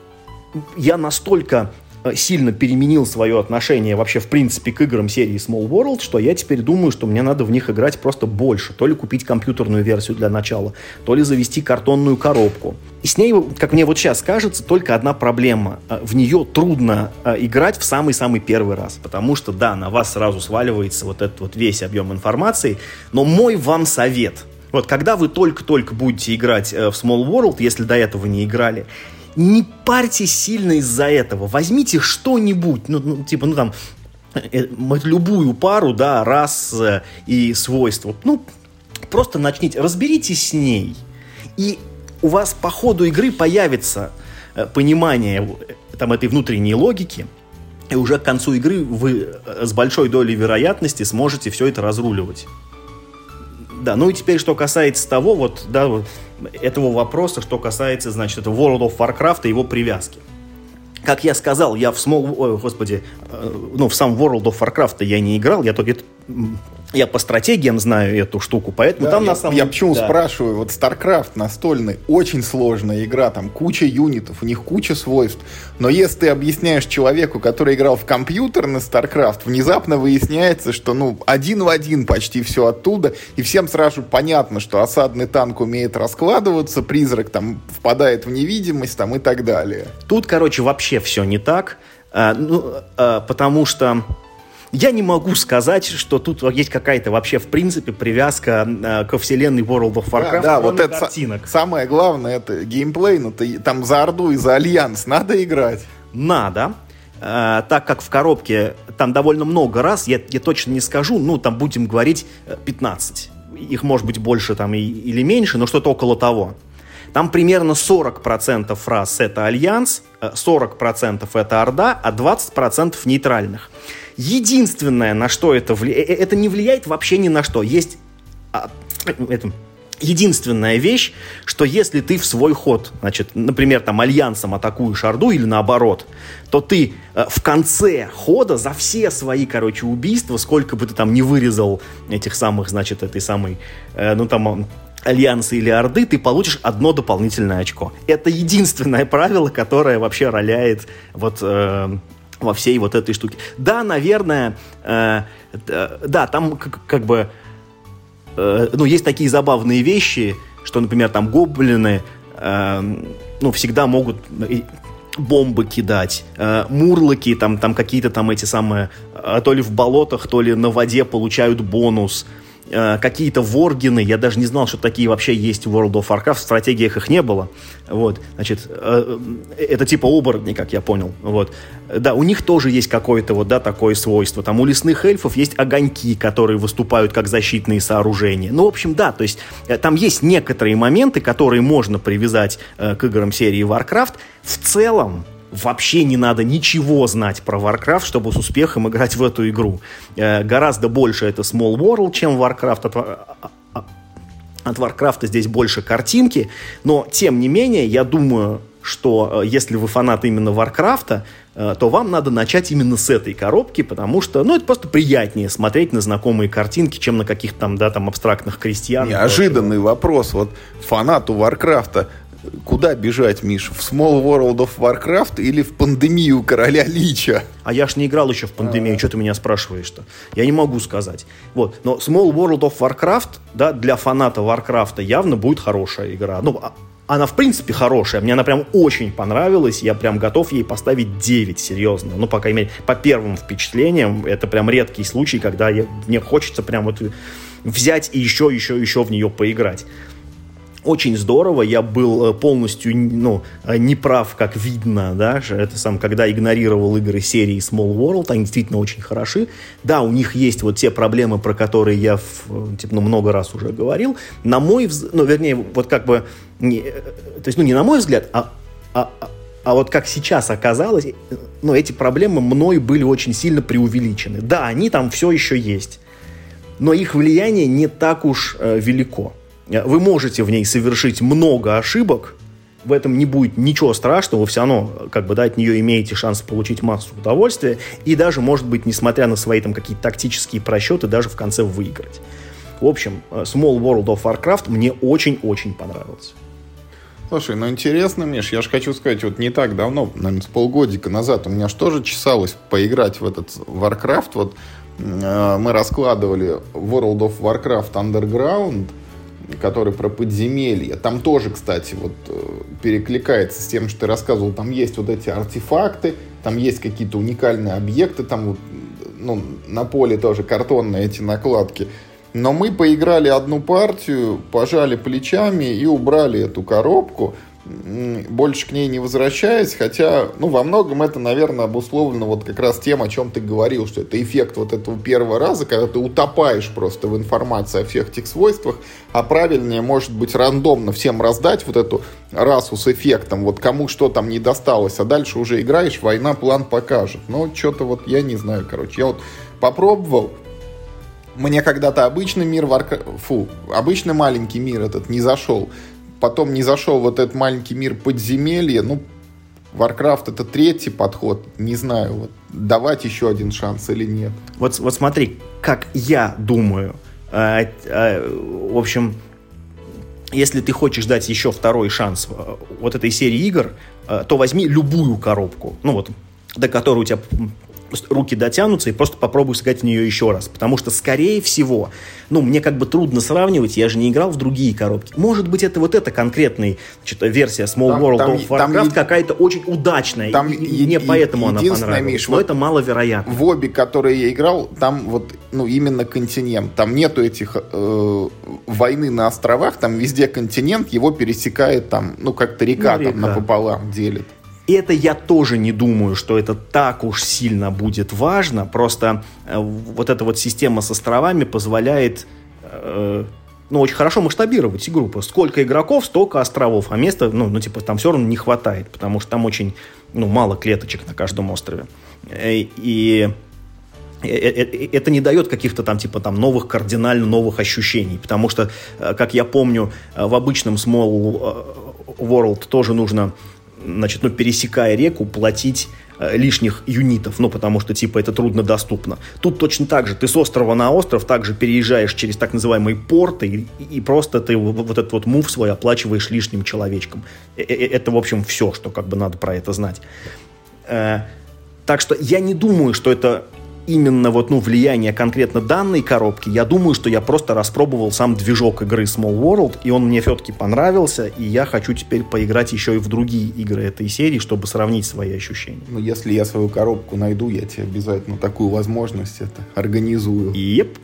Я настолько э, сильно переменил свое отношение вообще, в принципе, к играм серии Small World, что я теперь думаю, что мне надо в них играть просто больше. То ли купить компьютерную версию для начала, то ли завести картонную коробку. И с ней, как мне вот сейчас кажется, только одна проблема. В нее трудно э, играть в самый-самый первый раз, потому что, да, на вас сразу сваливается вот этот вот весь объем информации, но мой вам совет – вот, когда вы только-только будете играть э, в Small World, если до этого не играли, не парьтесь сильно из-за этого. Возьмите что-нибудь, ну, ну типа, ну, там, э, любую пару, да, рас э, и свойства. Ну, просто начните, разберитесь с ней. И у вас по ходу игры появится э, понимание э, там, этой внутренней логики, и уже к концу игры вы э, с большой долей вероятности сможете все это разруливать. Да, ну и теперь, что касается того, вот, да, вот, этого вопроса, что касается, значит, это World of Warcraft и его привязки. Как я сказал, я в Small... Ой, господи, э, ну, в сам World of Warcraft я не играл, я, это, я по стратегиям знаю эту штуку, поэтому да, там я, на самом Я почему да. спрашиваю, вот StarCraft настольный, очень сложная игра, там куча юнитов, у них куча свойств, но если ты объясняешь человеку, который играл в компьютерный StarCraft, внезапно выясняется, что, ну, один в один почти все оттуда, и всем сразу понятно, что осадный танк умеет раскладываться, призрак там впадает в невидимость, там и так далее. Тут, короче, вообще все не так. А, ну, а, потому что я не могу сказать, что тут есть какая-то вообще, в принципе, привязка а, ко вселенной World of Warcraft. Да, да, вот это картинок. Самое главное, это геймплей, ну, ты, там за Орду и за Альянс надо играть? Надо. А, так как в коробке там довольно много раз, я, я точно не скажу, ну, там будем говорить пятнадцать. Их может быть больше там и, или меньше, но что-то около того. Там примерно сорок процентов раз это Альянс, сорок процентов это Орда, а двадцать процентов нейтральных. Единственное, на что это влияет, это не влияет вообще ни на что. Есть а, это, единственная вещь, что если ты в свой ход, значит, например, там Альянсом атакуешь Орду или наоборот, то ты э, в конце хода за все свои, короче, убийства, сколько бы ты там не вырезал этих самых, значит, этой самой, э, ну там... Альянса или Орды, ты получишь одно дополнительное очко. Это единственное правило, которое вообще роляет вот э, во всей вот этой штуке. Да, наверное, э, э, да, там как, как бы, э, ну, есть такие забавные вещи, что, например, там гоблины, э, ну, всегда могут бомбы кидать, э, мурлоки, там, там какие-то там эти самые, э, то ли в болотах, то ли на воде получают бонус. Какие-то воргины, я даже не знал, что такие вообще есть в World of Warcraft, в стратегиях их не было. Вот, значит, это типа оборотни, как я понял. Вот. Да, у них тоже есть какое-то вот, да, такое свойство. Там у лесных эльфов есть огоньки, которые выступают как защитные сооружения. Ну, в общем, да, то есть там есть некоторые моменты, которые можно привязать к играм серии Warcraft. В целом, вообще не надо ничего знать про Warcraft, чтобы с успехом играть в эту игру. Э, гораздо больше это Small World, чем Warcraft. От, от Warcraft здесь больше картинки. Но, тем не менее, я думаю, что э, если вы фанат именно Warcraft, э, то вам надо начать именно с этой коробки, потому что, ну, это просто приятнее смотреть на знакомые картинки, чем на каких-то там, да, там абстрактных крестьян. Неожиданный вопрос. Вот фанату Warcraft куда бежать, Миш? В Small World of Warcraft или в пандемию Короля Лича? А я ж не играл еще в пандемию, А-а-а. Что ты меня спрашиваешь-то? Я не могу сказать. Вот. Но Small World of Warcraft, да, для фаната Warcraft явно будет хорошая игра. Ну, она в принципе хорошая. Мне она прям очень понравилась. Я прям готов ей поставить девять, серьезно. Ну, по крайней мере, по первым впечатлениям. Это прям редкий случай, когда я, мне хочется прям вот взять и еще, еще, еще в нее поиграть. Очень здорово, я был полностью, ну, неправ, как видно, да, это сам, когда игнорировал игры серии Small World, они действительно очень хороши. Да, у них есть вот те проблемы, про которые я в, типа, ну, много раз уже говорил. На мой взгляд, ну, вернее, вот как бы, не, то есть, ну, не на мой взгляд, а, а, а вот как сейчас оказалось, ну, эти проблемы мной были очень сильно преувеличены. Да, они там все еще есть, но их влияние не так уж э, велико. Вы можете в ней совершить много ошибок, в этом не будет ничего страшного, вы все равно как бы, да, от нее имеете шанс получить массу удовольствия и даже, может быть, несмотря на свои там какие-то тактические просчеты, даже в конце выиграть. В общем, Small World of Warcraft мне очень-очень понравился. Слушай, ну интересно, Миш, я же хочу сказать, вот не так давно, наверное, с полгодика назад у меня же тоже чесалось поиграть в этот Warcraft. Вот э, мы раскладывали World of Warcraft Underground, который про подземелье. Там тоже, кстати, вот перекликается с тем, что ты рассказывал. Там есть вот эти артефакты, там есть какие-то уникальные объекты, там вот, ну, на поле тоже картонные эти накладки. Но мы поиграли одну партию, пожали плечами и убрали эту коробку, больше к ней не возвращаясь, хотя, ну, во многом это, наверное, обусловлено вот как раз тем, о чем ты говорил, что это эффект вот этого первого раза, когда ты утопаешь просто в информации о всех этих свойствах, а правильнее, может быть, рандомно всем раздать вот эту расу с эффектом, вот кому что там не досталось, а дальше уже играешь, война план покажет. Но что-то вот я не знаю, короче, я вот попробовал, мне когда-то обычный мир, варка... фу, обычный маленький мир этот не зашел. Потом не зашел вот этот маленький мир подземелья. Ну, Warcraft — это третий подход. Не знаю, вот, давать еще один шанс или нет. Вот, вот смотри, как я думаю. Э, э, в общем, если ты хочешь дать еще второй шанс вот этой серии игр, э, то возьми любую коробку, ну вот, до которой у тебя руки дотянутся, и просто попробую сыграть в нее еще раз. Потому что, скорее всего, ну, мне как бы трудно сравнивать, я же не играл в другие коробки. Может быть, это вот эта конкретная версия Small там, World там, of Warcraft там, какая-то очень удачная, там, и, и не поэтому она понравилась. Миш, но вот это маловероятно. В обе, которые я играл, там вот, ну, именно континент. Там нету этих э, войны на островах, там везде континент, его пересекает там, ну, как-то река, ну, река. Там напополам делит. И это я тоже не думаю, что это так уж сильно будет важно. Просто э, вот эта вот система с островами позволяет э, ну, очень хорошо масштабировать игру. Сколько игроков, столько островов. А места, ну, ну, типа, там все равно не хватает, потому что там очень, ну, мало клеточек на каждом острове. И это не дает каких-то там, типа, там, новых, кардинально новых ощущений. Потому что, как я помню, в обычном Small World тоже нужно, значит, ну, пересекая реку, платить э, лишних юнитов, ну, потому что, типа, это труднодоступно. Тут точно так же. Ты с острова на остров также переезжаешь через так называемые порты, и, и просто ты вот этот вот мув свой оплачиваешь лишним человечком. Это, в общем, все, что как бы надо про это знать. Э, так что я не думаю, что это именно вот, ну, влияние конкретно данной коробки. Я думаю, что я просто распробовал сам движок игры Small World, и он мне все-таки понравился, и я хочу теперь поиграть еще и в другие игры этой серии, чтобы сравнить свои ощущения. Ну, если я свою коробку найду, я тебе обязательно такую возможность это организую. Еп.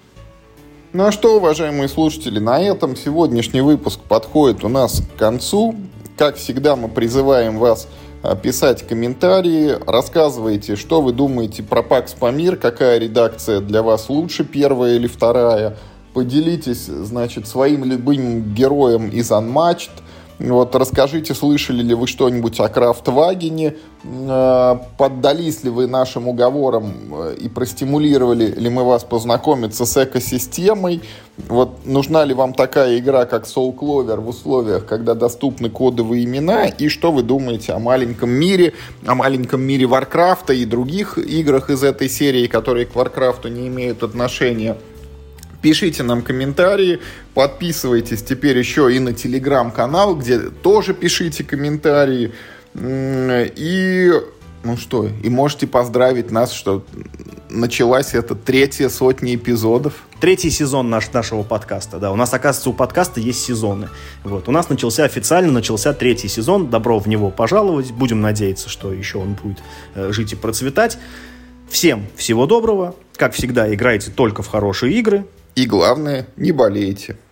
Ну а что, уважаемые слушатели, на этом сегодняшний выпуск подходит у нас к концу. Как всегда, мы призываем вас писать комментарии, рассказывайте, что вы думаете про Pax Pamir, какая редакция для вас лучше, первая или вторая. Поделитесь, значит, своим любимым героем из Unmatched. Вот, расскажите, слышали ли вы что-нибудь о Крафтвагене, поддались ли вы нашим уговорам и простимулировали ли мы вас познакомиться с экосистемой. Вот, нужна ли вам такая игра, как Soul Clover в условиях, когда доступны кодовые имена, и что вы думаете о маленьком мире, о маленьком мире Варкрафта и других играх из этой серии, которые к Варкрафту не имеют отношения. Пишите нам комментарии, подписывайтесь теперь еще и на телеграм-канал, где тоже пишите комментарии. И, ну что, и можете поздравить нас, что началась эта третья сотня эпизодов. Третий сезон наш, нашего подкаста, да. У нас, оказывается, у подкаста есть сезоны. Вот. У нас начался официально, начался третий сезон. Добро в него пожаловать. Будем надеяться, что еще он будет э, жить и процветать. Всем всего доброго. Как всегда, играйте только в хорошие игры. И главное, не болейте.